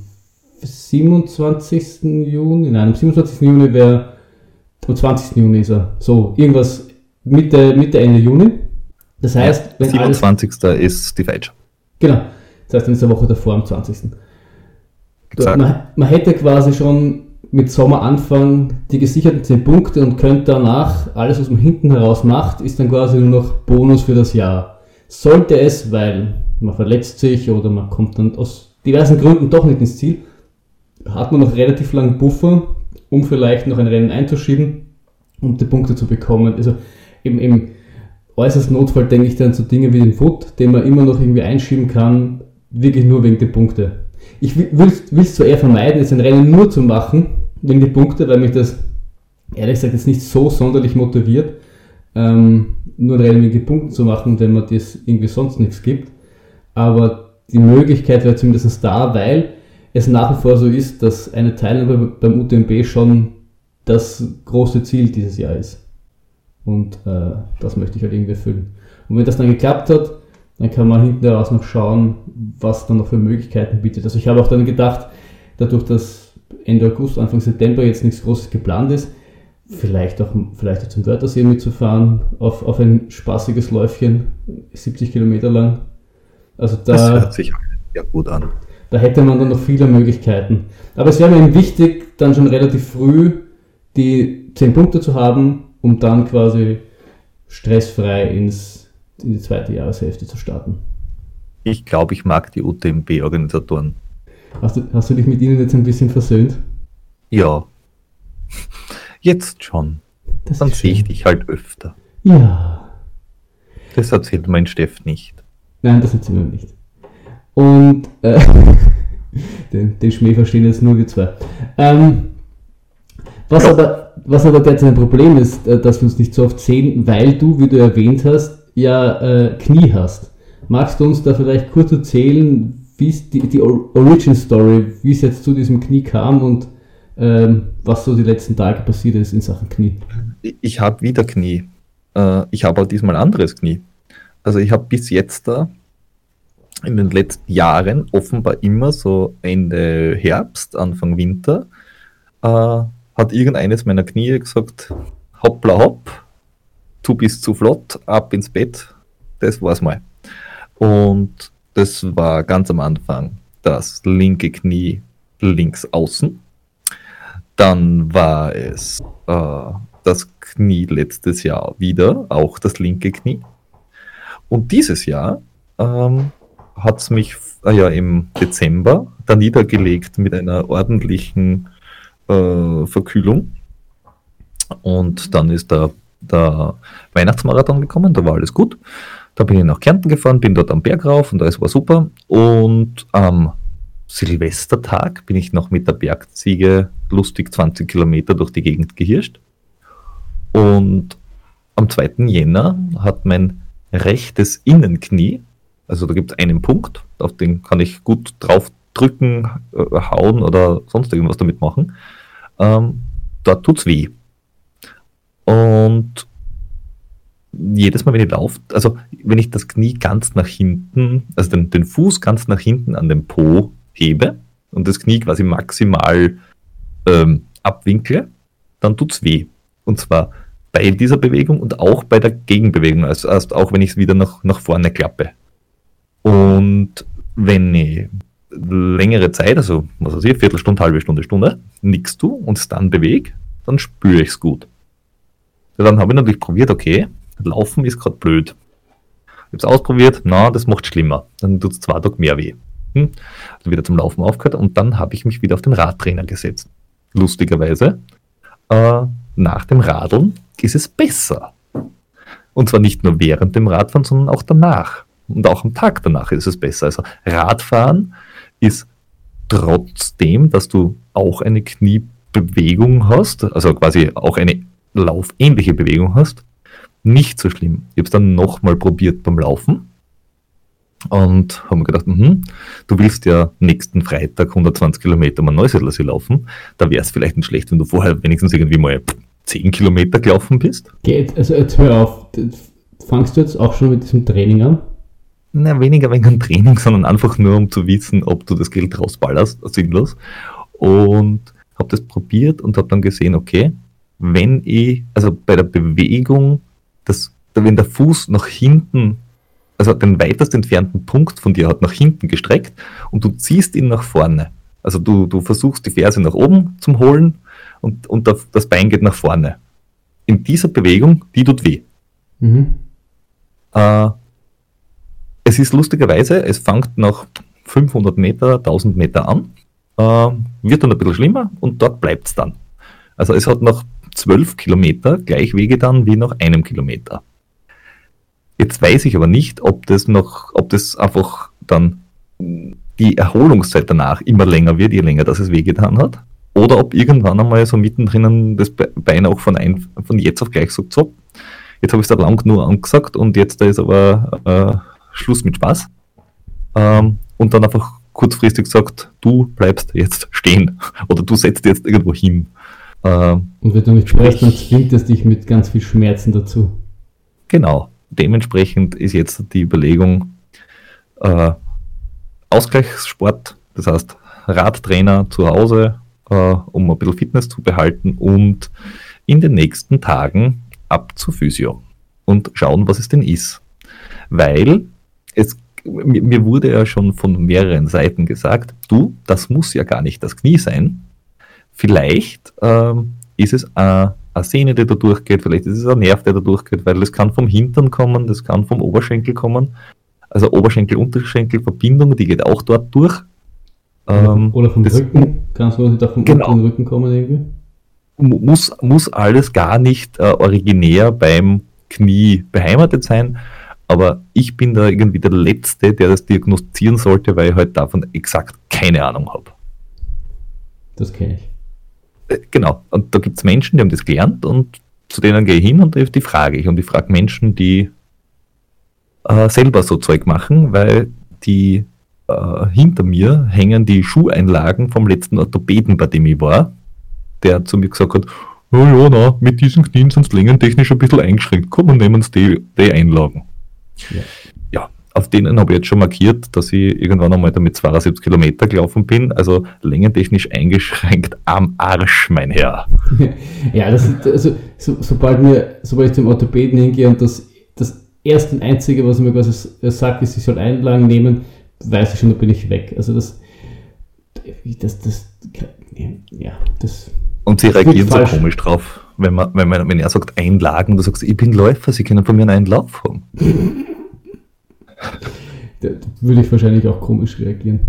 siebenundzwanzigsten Juni, nein, am siebenundzwanzigsten Juni wäre, am zwanzigsten Juni ist er, so, irgendwas Mitte, Mitte, Ende Juni. Das heißt, wenn alles, siebenundzwanzigsten ist die Feitsch. genau, das heißt, dann ist eine Woche davor, am zwanzigsten Exakt. Man, man hätte quasi schon mit Sommeranfang die gesicherten zehn Punkte und könnte danach, alles was man hinten heraus macht, ist dann quasi nur noch Bonus für das Jahr. Sollte es, weil man verletzt sich oder man kommt dann aus diversen Gründen doch nicht ins Ziel, hat man noch relativ langen Buffer, um vielleicht noch ein Rennen einzuschieben und die Punkte zu bekommen. Also im, im äußersten Notfall denke ich dann zu Dingen wie den Foot, den man immer noch irgendwie einschieben kann, wirklich nur wegen der Punkte. Ich will es zwar eher vermeiden, jetzt ein Rennen nur zu machen, wegen der Punkte, weil mich das ehrlich gesagt jetzt nicht so sonderlich motiviert, ähm, nur ein Rennen wegen den Punkten zu machen, wenn man das irgendwie sonst nichts gibt. Aber die Möglichkeit wäre zumindest da, weil es nach wie vor so ist, dass eine Teilnahme beim U T M B schon das große Ziel dieses Jahr ist. Und äh, das möchte ich halt irgendwie erfüllen. Und wenn das dann geklappt hat, dann kann man hinten raus noch schauen, was dann noch für Möglichkeiten bietet. Also ich habe auch dann gedacht, dadurch, dass Ende August, Anfang September jetzt nichts Großes geplant ist, vielleicht auch, vielleicht auch zum Wörthersee mitzufahren, auf, auf ein spaßiges Läufchen, siebzig Kilometer lang. Also da, das hört sich ja gut an. Da hätte man dann noch viele Möglichkeiten. Aber es wäre mir eben wichtig, dann schon relativ früh die zehn Punkte zu haben, um dann quasi stressfrei ins, in die zweite Jahreshälfte zu starten. Ich glaube, ich mag die U T M B-Organisatoren. Hast du, hast du dich mit ihnen jetzt ein bisschen versöhnt? Ja. Jetzt schon. Das Dann ist sehe ich schön. dich halt öfter. Ja. Das erzählt mein Steff nicht. Nein, das erzählen wir nicht. Und äh, den, den Schmäh verstehen jetzt nur wir zwei. Ähm, was, aber, was aber derzeit ein Problem ist, äh, dass wir uns nicht so oft sehen, weil du, wie du erwähnt hast, ja äh, Knie hast. Magst du uns da vielleicht kurz erzählen, wie es die, die Origin Story, wie es jetzt zu diesem Knie kam und ähm, was so die letzten Tage passiert ist in Sachen Knie? Ich habe wieder Knie. Äh, ich habe auch diesmal ein anderes Knie. Also ich habe bis jetzt da in den letzten Jahren offenbar immer so Ende Herbst, Anfang Winter, äh, hat irgendeines meiner Knie gesagt, hoppla hopp, du bist zu flott, ab ins Bett, das war's mal. Und das war ganz am Anfang das linke Knie links außen. Dann war es äh, das Knie letztes Jahr wieder, auch das linke Knie. Und dieses Jahr ähm, hat es mich äh, ja im Dezember da niedergelegt mit einer ordentlichen äh, Verkühlung. Und dann ist der, der Weihnachtsmarathon gekommen, da war alles gut. Da bin ich nach Kärnten gefahren, bin dort am Berg rauf und alles war super. Und am Silvestertag bin ich noch mit der Bergziege lustig zwanzig Kilometer durch die Gegend gehirscht. Und am zweiten Jänner hat mein rechtes Innenknie, also da gibt es einen Punkt, auf den kann ich gut drauf drücken, äh, hauen oder sonst irgendwas damit machen. Ähm, dort tut's weh. Und jedes Mal, wenn ich laufe, also wenn ich das Knie ganz nach hinten, also den, den Fuß ganz nach hinten an den Po hebe und das Knie quasi maximal ähm, abwinkle, dann tut's weh. Und zwar bei dieser Bewegung und auch bei der Gegenbewegung, also erst auch wenn ich es wieder nach, nach vorne klappe. Und wenn ich längere Zeit, also was weiß ich, Viertelstunde, halbe Stunde, Stunde, nichts tue und es dann bewege, dann spüre ich es gut. Ja, dann habe ich natürlich probiert, okay, Laufen ist gerade blöd. Ich habe es ausprobiert, na, das macht schlimmer. Dann tut es zwei Tage mehr weh. Hm? Also wieder zum Laufen aufgehört und dann habe ich mich wieder auf den Radtrainer gesetzt. Lustigerweise, äh, nach dem Radeln ist es besser. Und zwar nicht nur während dem Radfahren, sondern auch danach. Und auch am Tag danach ist es besser. Also Radfahren ist trotzdem, dass du auch eine Kniebewegung hast, also quasi auch eine laufähnliche Bewegung hast, nicht so schlimm. Ich habe es dann nochmal probiert beim Laufen und habe mir gedacht, mh, du willst ja nächsten Freitag hundertzwanzig Kilometer mal Neusiedlersee laufen, da wäre es vielleicht nicht schlecht, wenn du vorher wenigstens irgendwie mal zehn Kilometer gelaufen bist. Geht, also jetzt hör auf, fangst du jetzt auch schon mit diesem Training an? Na, weniger wegen einem Training, sondern einfach nur, um zu wissen, ob du das Geld rausballerst, sinnlos. Und habe das probiert und habe dann gesehen, okay, wenn ich, also bei der Bewegung, das, wenn der Fuß nach hinten, also den weitest entfernten Punkt von dir hat nach hinten gestreckt und du ziehst ihn nach vorne. Also du, du versuchst die Ferse nach oben zu holen und, und das Bein geht nach vorne. In dieser Bewegung, die tut weh. Mhm. Äh, es ist lustigerweise, es fängt nach fünfhundert Meter, tausend Meter an, äh, wird dann ein bisschen schlimmer und dort bleibt es dann. Also es hat nach zwölf Kilometer gleich wehgetan wie nach einem Kilometer. Jetzt weiß ich aber nicht, ob das noch, ob das einfach dann die Erholungszeit danach immer länger wird, je länger das es wehgetan hat, oder ob irgendwann einmal so mittendrin das Bein auch von, ein, von jetzt auf gleich sagt, so, jetzt habe ich es da lang nur angesagt und jetzt da ist aber äh, Schluss mit Spaß. Ähm, und dann einfach kurzfristig sagt, du bleibst jetzt stehen oder du setzt jetzt irgendwo hin. Ähm, und wenn du nicht sprichst, dann zwingt es dich mit ganz viel Schmerzen dazu. Genau. Dementsprechend ist jetzt die Überlegung, äh, Ausgleichssport, das heißt Radtrainer zu Hause, äh, um ein bisschen Fitness zu behalten und in den nächsten Tagen ab zur Physio und schauen, was es denn ist. Weil es, mir, mir wurde ja schon von mehreren Seiten gesagt, du, das muss ja gar nicht das Knie sein. Vielleicht ähm, ist es eine, eine Sehne, die da durchgeht, vielleicht ist es ein Nerv, der da durchgeht, weil das kann vom Hintern kommen, das kann vom Oberschenkel kommen. Also Oberschenkel-Unterschenkel-Verbindung, die geht auch dort durch. Ähm, Oder vom Rücken, kannst du nicht auch vom genau. unteren Rücken kommen irgendwie? Muss, muss alles gar nicht äh, originär beim Knie beheimatet sein, aber ich bin da irgendwie der Letzte, der das diagnostizieren sollte, weil ich halt davon exakt keine Ahnung habe. Das kenne ich. Äh, genau, und da gibt es Menschen, die haben das gelernt und zu denen gehe ich hin und die frage ich. Und ich frage Menschen, die äh, selber so Zeug machen, weil die äh, hinter mir hängen die Schuheinlagen vom letzten Orthopäden, bei dem ich war, der zu mir gesagt hat, oh ja, na, mit diesen Knien sind es längentechnisch ein bisschen eingeschränkt. Komm, und nehmen Sie die, die Einlagen. Ja. ja, auf denen habe ich jetzt schon markiert, dass ich irgendwann einmal damit zweiundsiebzig Kilometer gelaufen bin, also längentechnisch eingeschränkt am Arsch, mein Herr. Ja, das ist, also, so, sobald, mir, sobald ich zum Orthopäden hingehe und das, das erste und einzige, was er mir quasi sagt, ist, ich soll Einlagen nehmen, weiß ich schon, da bin ich weg. Also das, das, das, ja, das... Und sie reagieren so komisch drauf, wenn man, wenn man, wenn er sagt Einlagen, du sagst, ich bin Läufer, sie können von mir einen Einlauf haben. Da würde ich wahrscheinlich auch komisch reagieren.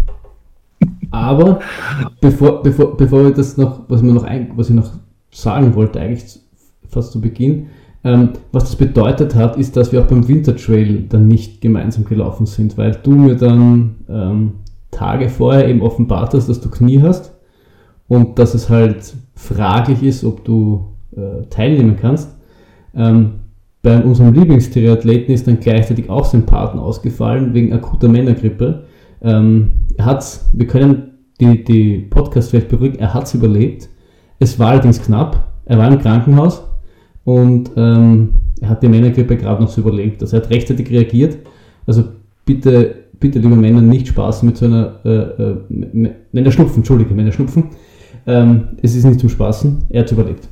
Aber bevor, bevor, bevor wir das noch, was wir noch ein, was ich noch sagen wollte, eigentlich fast zu Beginn, ähm, was das bedeutet hat, ist, dass wir auch beim Wintertrail dann nicht gemeinsam gelaufen sind, weil du mir dann ähm, Tage vorher eben offenbart hast, dass du Knie hast und dass es halt fraglich ist, ob du äh, teilnehmen kannst. Ähm, bei unserem Lieblingstriathleten ist dann gleichzeitig auch sein Partner ausgefallen wegen akuter Männergrippe. Ähm, er hat's, wir können die, die Podcast-Welt beruhigen, er hat es überlebt. Es war allerdings knapp. Er war im Krankenhaus und ähm, er hat die Männergrippe gerade noch so überlebt. Also er hat rechtzeitig reagiert. Also bitte, bitte liebe Männer, nicht Spaß mit so einer äh, äh, Männerschnupfen, Entschuldige, Männerschnupfen. Ähm, es ist nicht zum Spaßen, er hat überlebt.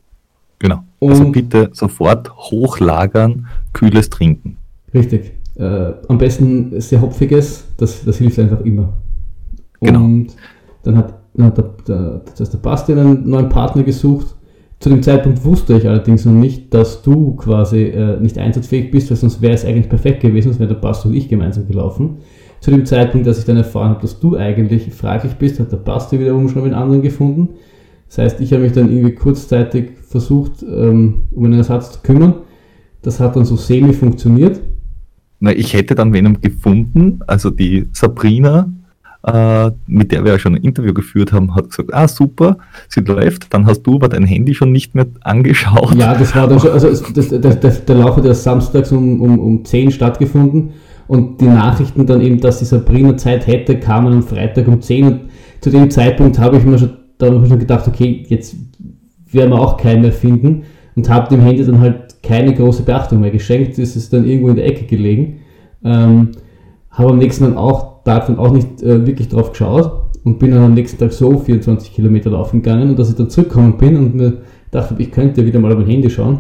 Genau. Und also bitte sofort hochlagern, kühles Trinken. Richtig. Äh, am besten sehr hopfiges, das, das hilft einfach immer. Genau. Und dann hat, dann hat der, der, das heißt der Basti einen neuen Partner gesucht. Zu dem Zeitpunkt wusste ich allerdings noch nicht, dass du quasi äh, nicht einsatzfähig bist, weil sonst wäre es eigentlich perfekt gewesen, sonst wäre der Basti und ich gemeinsam gelaufen. Zu dem Zeitpunkt, dass ich dann erfahren habe, dass du eigentlich fraglich bist, hat der Basti wiederum schon einen anderen gefunden. Das heißt, ich habe mich dann irgendwie kurzzeitig versucht, ähm, um einen Ersatz zu kümmern. Das hat dann so semi funktioniert. Na, ich hätte dann wen gefunden, also die Sabrina, äh, mit der wir ja schon ein Interview geführt haben, hat gesagt, ah super, sie läuft, dann hast du aber dein Handy schon nicht mehr angeschaut. Ja, das war dann schon, also das, der, der, der Lauf hat ja samstags um, um, um zehn stattgefunden und die Nachrichten dann eben, dass die Sabrina Zeit hätte, kamen am Freitag um zehn und zu dem Zeitpunkt habe ich mir schon, da habe ich schon gedacht, okay, jetzt werden wir auch keinen mehr finden und habe dem Handy dann halt keine große Beachtung mehr geschenkt, es ist dann irgendwo in der Ecke gelegen, ähm, habe am nächsten Tag auch, Tag dann auch nicht äh, wirklich drauf geschaut und bin dann am nächsten Tag so vierundzwanzig Kilometer laufen gegangen und dass ich dann zurückgekommen bin und mir dachte, ich könnte wieder mal auf mein Handy schauen,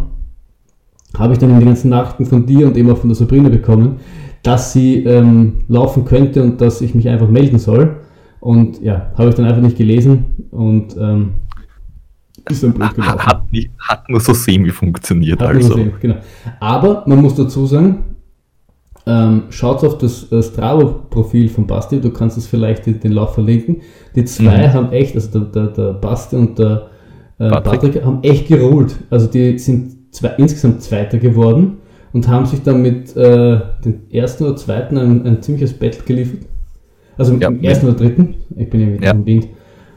habe ich dann in die ganzen Nachrichten von dir und eben auch von der Sabrina bekommen, dass sie ähm, laufen könnte und dass ich mich einfach melden soll. Und ja, habe ich dann einfach nicht gelesen und ähm, ist dann blöd gelaufen. Hat, nicht, hat nur so semi funktioniert. Hat also. nur semi, genau. Aber man muss dazu sagen, ähm, schaut auf das äh, Strava-Profil von Basti, du kannst es vielleicht den, den Lauf verlinken. Die zwei mhm. haben echt, also der, der, der Basti und der äh, Patrick. Patrick haben echt gerollt. Also die sind zwei, insgesamt Zweiter geworden und haben sich dann mit äh, den ersten oder zweiten ein, ein ziemliches Battle geliefert. Also mit ja, dem ersten ja. oder dritten, ich bin ja wieder im Wind.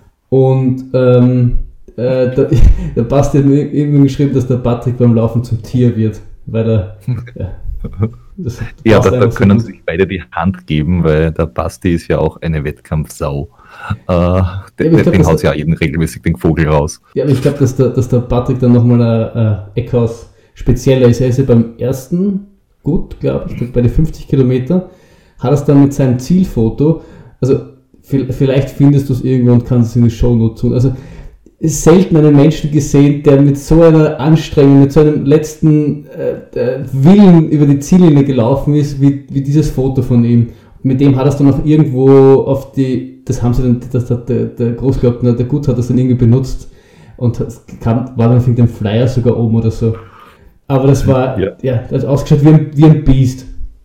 Und ähm, äh, der, der Basti hat mir irgendwann geschrieben, dass der Patrick beim Laufen zum Tier wird, weil er ja, das ja, da, da können so sich beide die Hand geben, weil der Basti ist ja auch eine Wettkampfsau. Äh, ja, den glaub, den haut ja jeden regelmäßig den Vogel raus. Ja, aber ich glaube, dass der, dass der Patrick dann nochmal ein äh, Eckhaus spezieller ist. Er ist ja beim ersten gut, glaube ich, bei den fünfzig Kilometer, hat es dann mit seinem Zielfoto, also vielleicht findest du es irgendwo und kannst es in die Shownote tun. Also selten einen Menschen gesehen, der mit so einer Anstrengung, mit so einem letzten äh, Willen über die Ziellinie gelaufen ist, wie, wie dieses Foto von ihm. Mit dem hat er es dann auch irgendwo auf die, das haben sie dann, das hat der, der Großgärtner, der Gut hat das dann irgendwie benutzt und es kam, war dann auf dem Flyer sogar oben oder so. Aber das war, ja, ja das hat ausgeschaut wie ein, wie ein Biest.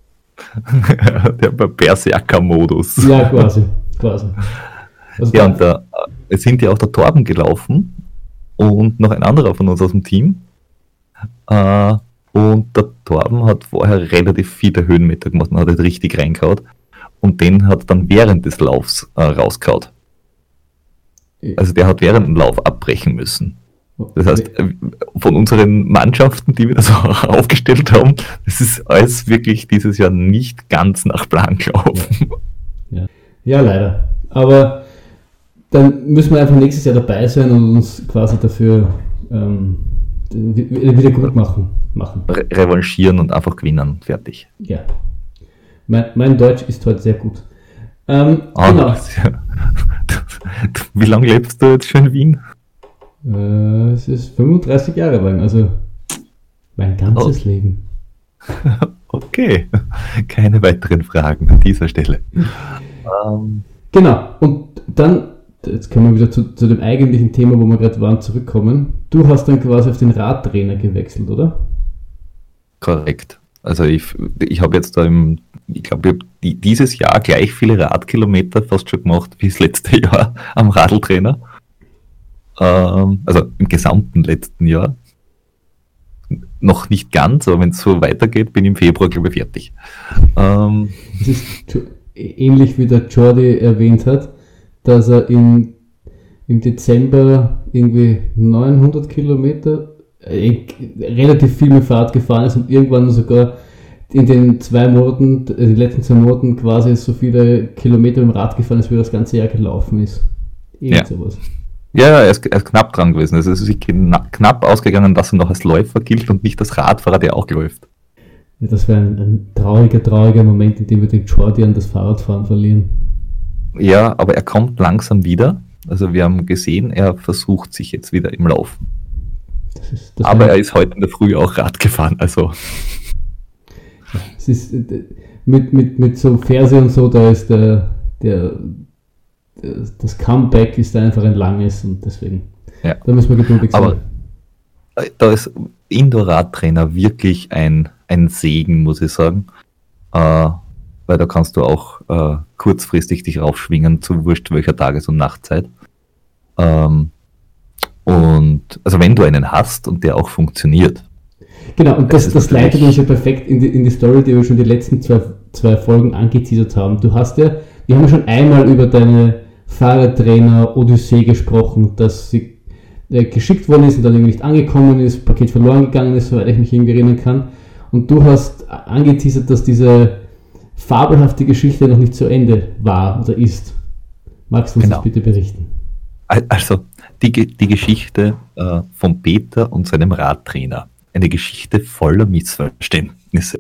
Der Berserker-Modus. Ja, quasi, quasi. Also ja, und da, es sind ja auch der Torben gelaufen und noch ein anderer von uns aus dem Team. Äh, und der Torben hat vorher relativ viele Höhenmeter gemacht und hat halt richtig reingehauen. Und den hat dann während des Laufs äh, rausgehauen. Also der hat während dem Lauf abbrechen müssen. Das heißt, von unseren Mannschaften, die wir da so aufgestellt haben, das ist alles wirklich dieses Jahr nicht ganz nach Plan gelaufen. Ja, ja. Ja, leider. Aber dann müssen wir einfach nächstes Jahr dabei sein und uns quasi dafür ähm, wieder gut machen. machen. Re- revanchieren und einfach gewinnen. Fertig. Ja. Mein, mein Deutsch ist heute sehr gut. Ähm, ah, genau. Ja. Wie lange lebst du jetzt schon in Wien? Äh, es ist fünfunddreißig Jahre lang, also mein ganzes oh. Leben. Okay, keine weiteren Fragen an dieser Stelle. ähm. Genau, und dann, jetzt können wir wieder zu, zu dem eigentlichen Thema, wo wir gerade waren, zurückkommen. Du hast dann quasi auf den Radtrainer gewechselt, oder? Korrekt. Also ich, ich habe jetzt da im, ich glaube, ich habe dieses Jahr gleich viele Radkilometer fast schon gemacht wie das letzte Jahr am Radltrainer. Ähm, also im gesamten letzten Jahr. Noch nicht ganz, aber wenn es so weitergeht, bin ich im Februar, glaube ich, fertig. Ähm, das ist ähnlich wie der Jordi erwähnt hat, dass er im, im Dezember irgendwie neunhundert Kilometer äh, relativ viel mit Fahrrad gefahren ist und irgendwann sogar in den zwei Monaten, äh, den letzten zwei Monaten quasi so viele Kilometer im Rad gefahren ist, wie er das ganze Jahr gelaufen ist. Irgend ja. sowas. Ja, er ist, er ist knapp dran gewesen. Also es ist knapp, knapp ausgegangen, dass er noch als Läufer gilt und nicht als Radfahrer, der auch läuft. Ja, das wäre ein, ein trauriger, trauriger Moment, in dem wir den Jordi an das Fahrradfahren verlieren. Ja, aber er kommt langsam wieder. Also wir haben gesehen, er versucht sich jetzt wieder im Laufen. Das ist, das aber er ist heute in der Früh auch Rad gefahren. Also ja, es ist mit, mit, mit so Ferse und so, da ist der, der das Comeback ist einfach ein langes und deswegen, ja. Da müssen wir geduldig sein. Aber da ist Indoor-Radtrainer wirklich ein, ein Segen, muss ich sagen, äh, weil da kannst du auch äh, kurzfristig dich raufschwingen zu wurscht welcher Tages- und Nachtzeit. Ähm, und also wenn du einen hast und der auch funktioniert. Genau, und das, das, das leitet uns ja perfekt in die, in die Story, die wir schon die letzten zwei, zwei Folgen angeteasert haben. Du hast ja, wir haben ja schon einmal über deine Fahrradtrainer Odyssee gesprochen, dass sie äh, geschickt worden ist und dann irgendwie nicht angekommen ist, Paket verloren gegangen ist, soweit ich mich irgendwie erinnern kann. Und du hast angeteasert, dass diese fabelhafte Geschichte noch nicht zu Ende war oder ist. Magst du uns genau. das bitte berichten? Also, die, die Geschichte äh, von Peter und seinem Radtrainer. Eine Geschichte voller Missverständnisse.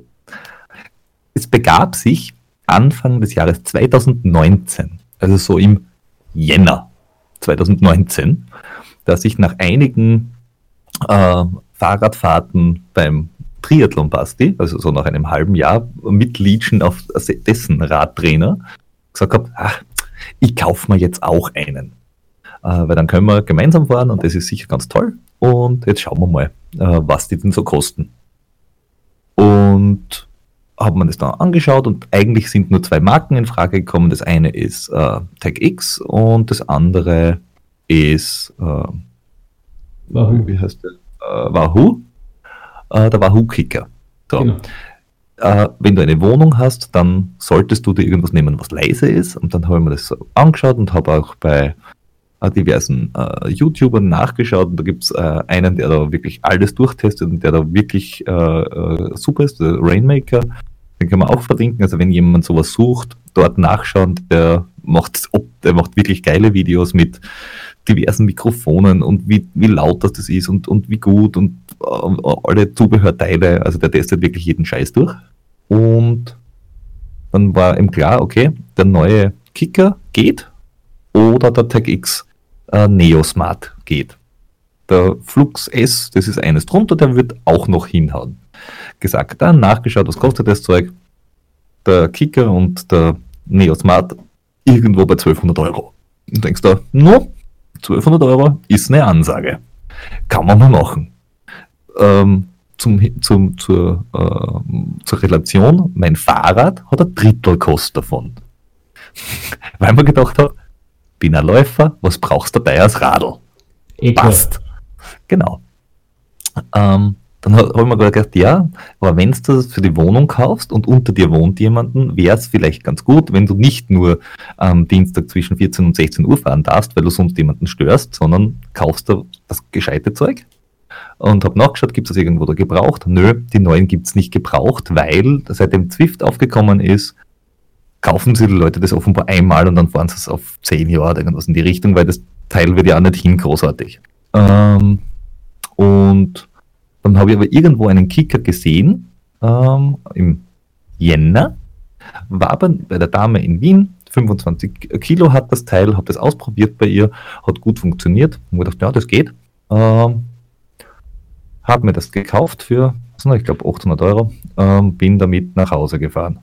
Es begab sich Anfang des Jahres zweitausendneunzehn, also so im Jänner zweitausendneunzehn, dass ich nach einigen äh, Fahrradfahrten beim Triathlon Basti, also so nach einem halben Jahr mit Legion auf dessen Radtrainer, gesagt habe, ach, ich kaufe mir jetzt auch einen. Äh, weil dann können wir gemeinsam fahren und das ist sicher ganz toll. Und jetzt schauen wir mal, äh, was die denn so kosten. Und habe man das dann angeschaut und eigentlich sind nur zwei Marken in Frage gekommen. Das eine ist äh, Tag X und das andere ist äh, Wahoo. Wie heißt der? Äh, Wahoo. Äh, der Wahoo Kicker. So. Genau. Äh, wenn du eine Wohnung hast, dann solltest du dir irgendwas nehmen, was leise ist. Und dann habe ich mir das so angeschaut und habe auch bei äh, diversen äh, YouTubern nachgeschaut. Und da gibt es äh, einen, der da wirklich alles durchtestet und der da wirklich äh, äh, super ist, der Rainmaker. Den kann man auch verlinken. Also wenn jemand sowas sucht, dort nachschauen, der macht, der macht wirklich geile Videos mit diversen Mikrofonen und wie, wie laut das, das ist und, und wie gut und äh, alle Zubehörteile. Also der testet wirklich jeden Scheiß durch. Und dann war ihm klar, okay, der neue Kicker geht oder der Tag X. äh, Neo Smart geht. Der Flux S, das ist eines drunter, der wird auch noch hinhauen. Gesagt, dann nachgeschaut, was kostet das Zeug? Der Kicker und der Neo Smart irgendwo bei zwölfhundert Euro. Und denkst du, no, zwölfhundert Euro ist eine Ansage. Kann man mal machen. Ähm, zum, zum, zur, äh, zur Relation, mein Fahrrad hat ein Drittel Kost davon. Weil man gedacht hat, bin ein Läufer, was brauchst du dabei als Radl? Eh Passt. Genau. Ähm, dann habe ich mir gedacht, ja, aber wenn du das für die Wohnung kaufst und unter dir wohnt jemanden, wäre es vielleicht ganz gut, wenn du nicht nur am ähm, Dienstag zwischen vierzehn und sechzehn Uhr fahren darfst, weil du sonst jemanden störst, sondern kaufst du das gescheite Zeug. Und habe nachgeschaut, gibt es das irgendwo da gebraucht? Nö, die neuen gibt es nicht gebraucht, weil seitdem Zwift aufgekommen ist, kaufen sie die Leute das offenbar einmal und dann fahren sie es auf zehn Jahre oder irgendwas in die Richtung, weil das Teil wird ja auch nicht hin großartig. Ähm, und dann habe ich aber irgendwo einen Kicker gesehen, ähm, im Jänner, war aber bei der Dame in Wien, fünfundzwanzig Kilo hat das Teil, habe das ausprobiert bei ihr, hat gut funktioniert, und gedacht, ja, das geht. Ähm, habe mir das gekauft für, ich glaube, achthundert Euro, ähm, bin damit nach Hause gefahren.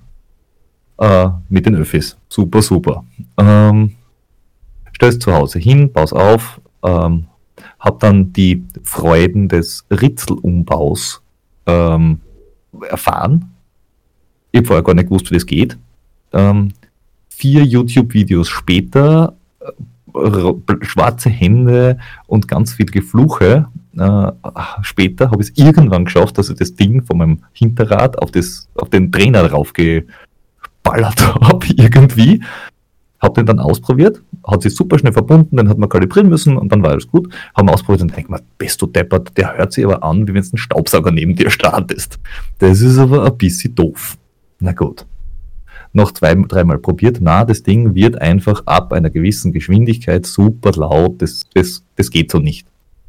Äh, mit den Öffis. Super, super. Ähm, stell's zu Hause hin, baus auf, ähm, hab dann die Freuden des Ritzelumbaus ähm, erfahren. Ich habe vorher gar nicht gewusst, wie das geht. Ähm, vier YouTube-Videos später, äh, schwarze Hände und ganz viel Gefluche. Äh, später habe ich es irgendwann geschafft, dass ich das Ding von meinem Hinterrad auf, das, auf den Trainer draufgeballert habe, irgendwie. Habe den dann ausprobiert, hat sich super schnell verbunden, den hat man kalibrieren müssen und dann war alles gut. Haben wir ausprobiert und denkt man, bist du deppert, der hört sich aber an, wie wenn du einen Staubsauger neben dir startest. Das ist aber ein bisschen doof. Na gut. Noch zwei, dreimal probiert, na, das Ding wird einfach ab einer gewissen Geschwindigkeit super laut, das, das, das geht so nicht.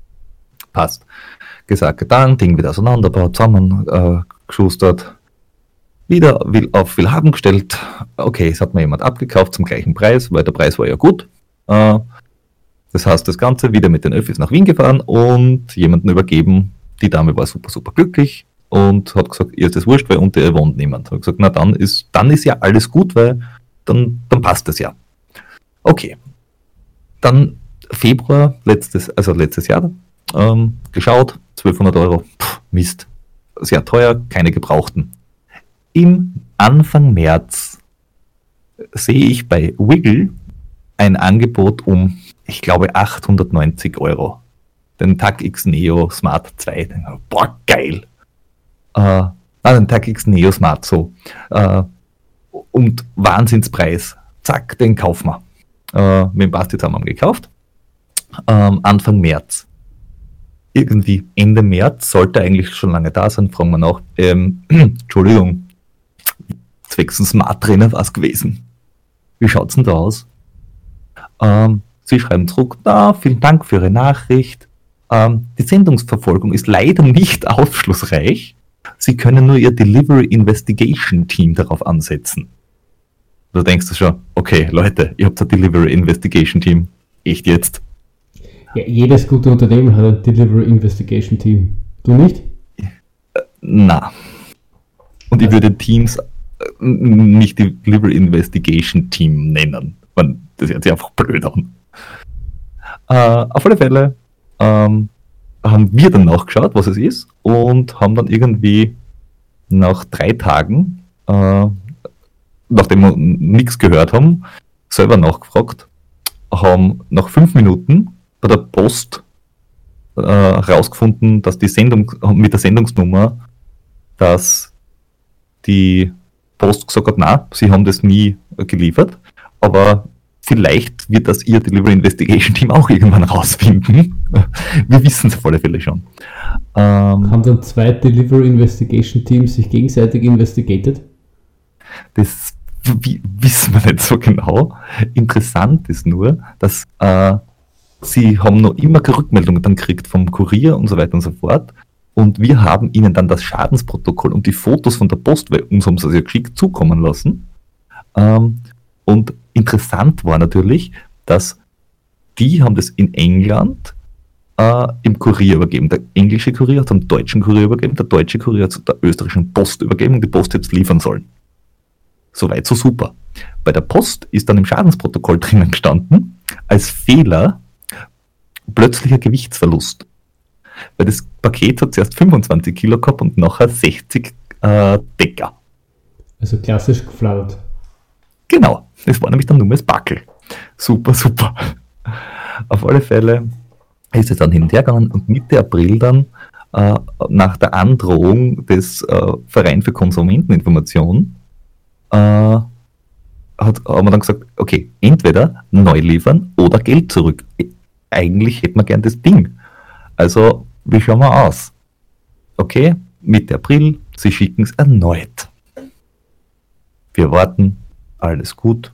Passt. Gesagt, getan, Ding wieder auseinandergebaut, zusammen äh, geschustert. Wieder will auf Willhaben gestellt. Okay, es hat mir jemand abgekauft zum gleichen Preis, weil der Preis war ja gut. Äh, das heißt, das Ganze wieder mit den Öffis nach Wien gefahren und jemanden übergeben. Die Dame war super, super glücklich und hat gesagt, ihr ist das wurscht, weil unter ihr wohnt niemand. Hat gesagt, na dann ist, dann ist ja alles gut, weil dann, dann passt das ja. Okay. Dann Februar, letztes, also letztes Jahr, ähm, geschaut, zwölfhundert Euro. Puh, Mist. Sehr teuer, keine gebrauchten. Im Anfang März sehe ich bei Wiggle ein Angebot um, ich glaube, achthundertneunzig Euro. Den Tag X Neo Smart zwei. Boah, geil. Äh, ah, den Tag X Neo Smart so. Äh, und Wahnsinnspreis. Zack, den kaufen wir. Äh, mit dem Basti zusammen haben wir gekauft. Ähm, Anfang März. Irgendwie Ende März, sollte eigentlich schon lange da sein, fragen wir nach. Ähm, Entschuldigung. Zwecks ein Smart Trainer war es gewesen. Wie schaut's denn da aus? Ähm, Sie schreiben zurück, na, vielen Dank für Ihre Nachricht. Ähm, die Sendungsverfolgung ist leider nicht aufschlussreich. Sie können nur Ihr Delivery Investigation Team darauf ansetzen. Da denkst du schon, okay, Leute, ihr habt ein Delivery Investigation Team. Echt jetzt? Ja, jedes gute Unternehmen hat ein Delivery Investigation Team. Du nicht? Äh, na. Und ich würde Teams nicht die Delivery Investigation Team nennen. Man, das hört sich einfach blöd an. Äh, auf alle Fälle ähm, haben wir dann nachgeschaut, was es ist, und haben dann irgendwie nach drei Tagen, äh, nachdem wir nichts gehört haben, selber nachgefragt, haben nach fünf Minuten bei der Post herausgefunden, äh, dass die Sendung mit der Sendungsnummer, dass die Post gesagt hat, nein, sie haben das nie geliefert, aber vielleicht wird das ihr Delivery Investigation Team auch irgendwann rausfinden. Wir wissen es auf alle Fälle schon. Ähm, haben dann zwei Delivery Investigation Teams sich gegenseitig investigated? Das w- wissen wir nicht so genau. Interessant ist nur, dass äh, sie haben noch immer Rückmeldungen dann gekriegt vom Kurier und so weiter und so fort. Und wir haben ihnen dann das Schadensprotokoll und die Fotos von der Post, weil uns haben sie es ja geschickt, zukommen lassen. Ähm, und interessant war natürlich, dass die haben das in England äh, im Kurier übergeben. Der englische Kurier hat es am deutschen Kurier übergeben, der deutsche Kurier hat es der österreichischen Post übergeben und die Post jetzt liefern sollen. Soweit so super. Bei der Post ist dann im Schadensprotokoll drinnen gestanden, als Fehler plötzlicher Gewichtsverlust. Weil das Paket hat zuerst fünfundzwanzig Kilo gehabt und nachher sechzig äh, Decker. Also klassisch geflattert. Genau, das war nämlich dann nur das Backel. Super, super. Auf alle Fälle ist es dann hin und her gegangen und Mitte April dann äh, nach der Androhung des äh, Verein für Konsumenteninformation äh, hat, haben wir dann gesagt, okay, entweder neu liefern oder Geld zurück. Eigentlich hätten wir gern das Ding. Also, wie schauen wir aus? Okay, Mitte April, sie schicken es erneut. Wir warten, alles gut.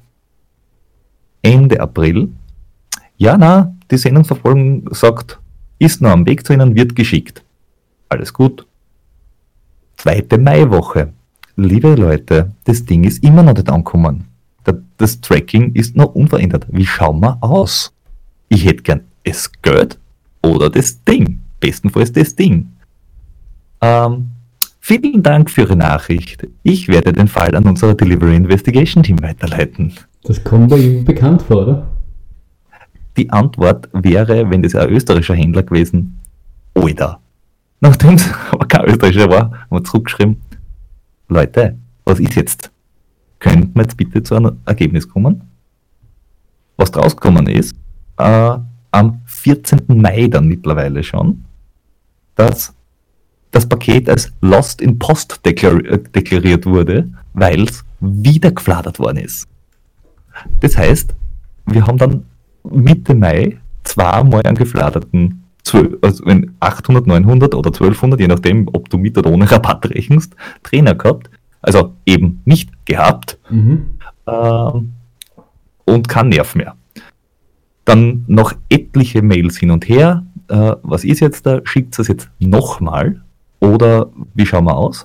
Ende April, ja, na, die Sendungsverfolgung sagt, ist noch am Weg zu Ihnen, wird geschickt. Alles gut. Zweite Maiwoche. Liebe Leute, das Ding ist immer noch nicht angekommen. Das Tracking ist noch unverändert. Wie schauen wir aus? Ich hätte gern das Geld oder das Ding. Bestenfalls das Ding. Ähm, vielen Dank für Ihre Nachricht. Ich werde den Fall an unser Delivery Investigation Team weiterleiten. Das kommt bei ihm bekannt vor, oder? Die Antwort wäre, wenn das ein österreichischer Händler gewesen, Alter. Nachdem es aber kein österreichischer war, haben wir zurückgeschrieben, Leute, was ist jetzt? Könnten wir jetzt bitte zu einem Ergebnis kommen? Was draus gekommen ist, äh, am vierzehnten Mai dann mittlerweile schon, dass das Paket als Lost in Post deklar- deklariert wurde, weil es wieder geflattert worden ist. Das heißt, wir haben dann Mitte Mai zweimal einen geflatterten, also achthundert, neunhundert oder zwölfhundert, je nachdem, ob du mit oder ohne Rabatt rechnest, Trainer gehabt, also eben nicht gehabt, mhm. äh, und kein Nerv mehr. Dann noch etliche Mails hin und her, äh, was ist jetzt da, schickt es jetzt nochmal oder wie schauen wir aus?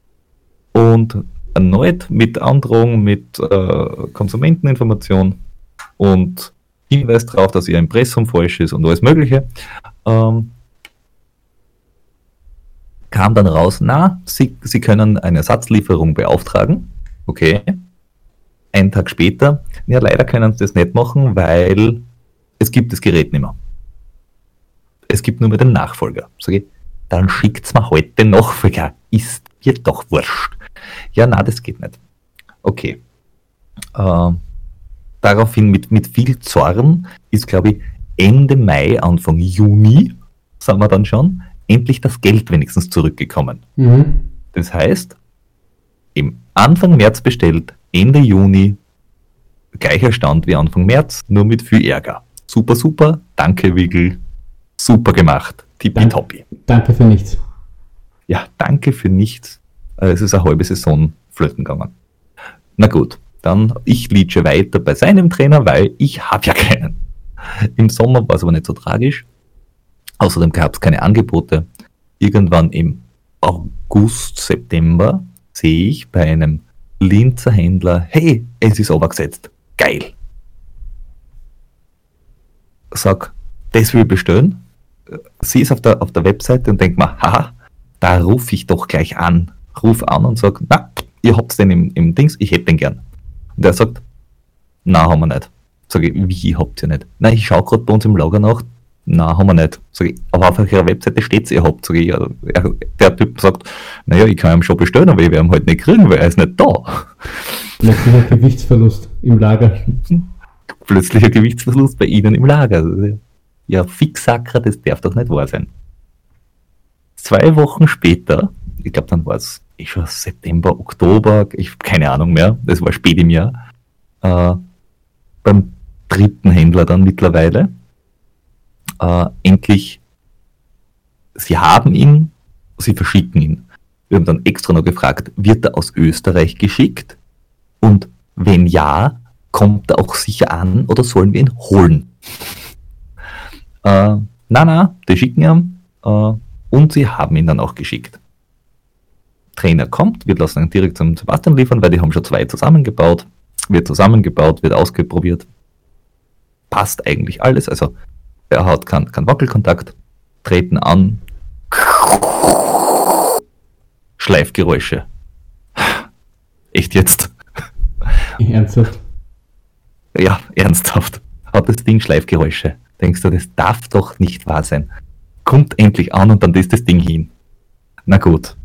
Und erneut mit Androhung, mit äh, Konsumenteninformation und Hinweis darauf, dass ihr Impressum falsch ist und alles Mögliche, ähm, kam dann raus, na, Sie, Sie können eine Ersatzlieferung beauftragen. Okay. Einen Tag später, ja, leider können Sie das nicht machen, weil es gibt das Gerät nicht mehr. Es gibt nur mehr den Nachfolger. Sag ich, dann schickt's mir heute den Nachfolger. Ist mir doch wurscht. Ja, na, das geht nicht. Okay. Äh, daraufhin mit, mit viel Zorn ist, glaube ich, Ende Mai, Anfang Juni, sagen wir dann schon, endlich das Geld wenigstens zurückgekommen. Mhm. Das heißt, im Anfang März bestellt, Ende Juni, gleicher Stand wie Anfang März, nur mit viel Ärger. Super, super, danke Wigl, super gemacht, tippitoppi. Danke für nichts. Ja, danke für nichts. Es ist eine halbe Saison flöten gegangen. Na gut, dann ich liege weiter bei seinem Trainer, weil ich habe ja keinen. Im Sommer war es aber nicht so tragisch. Außerdem gab es keine Angebote. Irgendwann im August, September sehe ich bei einem Linzer Händler, hey, es ist runtergesetzt. Geil. Sag, das will ich bestellen. Sie ist auf der, auf der Webseite und denkt mir, haha, da rufe ich doch gleich an. Ruf an und sag, na, ihr habt den im, im Dings, ich hätte den gern. Und er sagt, na, haben wir nicht. Sag ich, wie habt ihr nicht? Na, ich schaue gerade bei uns im Lager nach, na, haben wir nicht. Sag ich, aber auf eurer Webseite steht es, ihr habt. Sag ich, ja, der Typ sagt, naja, ich kann ihn schon bestellen, aber ich werde ihn halt nicht kriegen, weil er ist nicht da. Plötzlicher Gewichtsverlust im Lager. Plötzlicher Gewichtsverlust bei Ihnen im Lager. Ja, Fixacker, das darf doch nicht wahr sein. Zwei Wochen später, ich glaube, dann war es eh schon September, Oktober, ich habe keine Ahnung mehr, das war spät im Jahr, äh, beim dritten Händler dann mittlerweile, äh, endlich, sie haben ihn, sie verschicken ihn. Wir haben dann extra noch gefragt, wird er aus Österreich geschickt? Und wenn ja, kommt er auch sicher an oder sollen wir ihn holen? Äh, na, na, die schicken ihn äh, und sie haben ihn dann auch geschickt. Trainer kommt, wir lassen ihn direkt zum Sebastian liefern, weil die haben schon zwei zusammengebaut. Wird zusammengebaut, wird ausprobiert. passt eigentlich alles. Also er hat keinen kein Wackelkontakt, treten an, Schleifgeräusche. Echt jetzt? Ernsthaft? Ja, ernsthaft. Hat das Ding Schleifgeräusche. Denkst du, das darf doch nicht wahr sein. Kommt endlich an und dann ist das Ding hin. Na gut.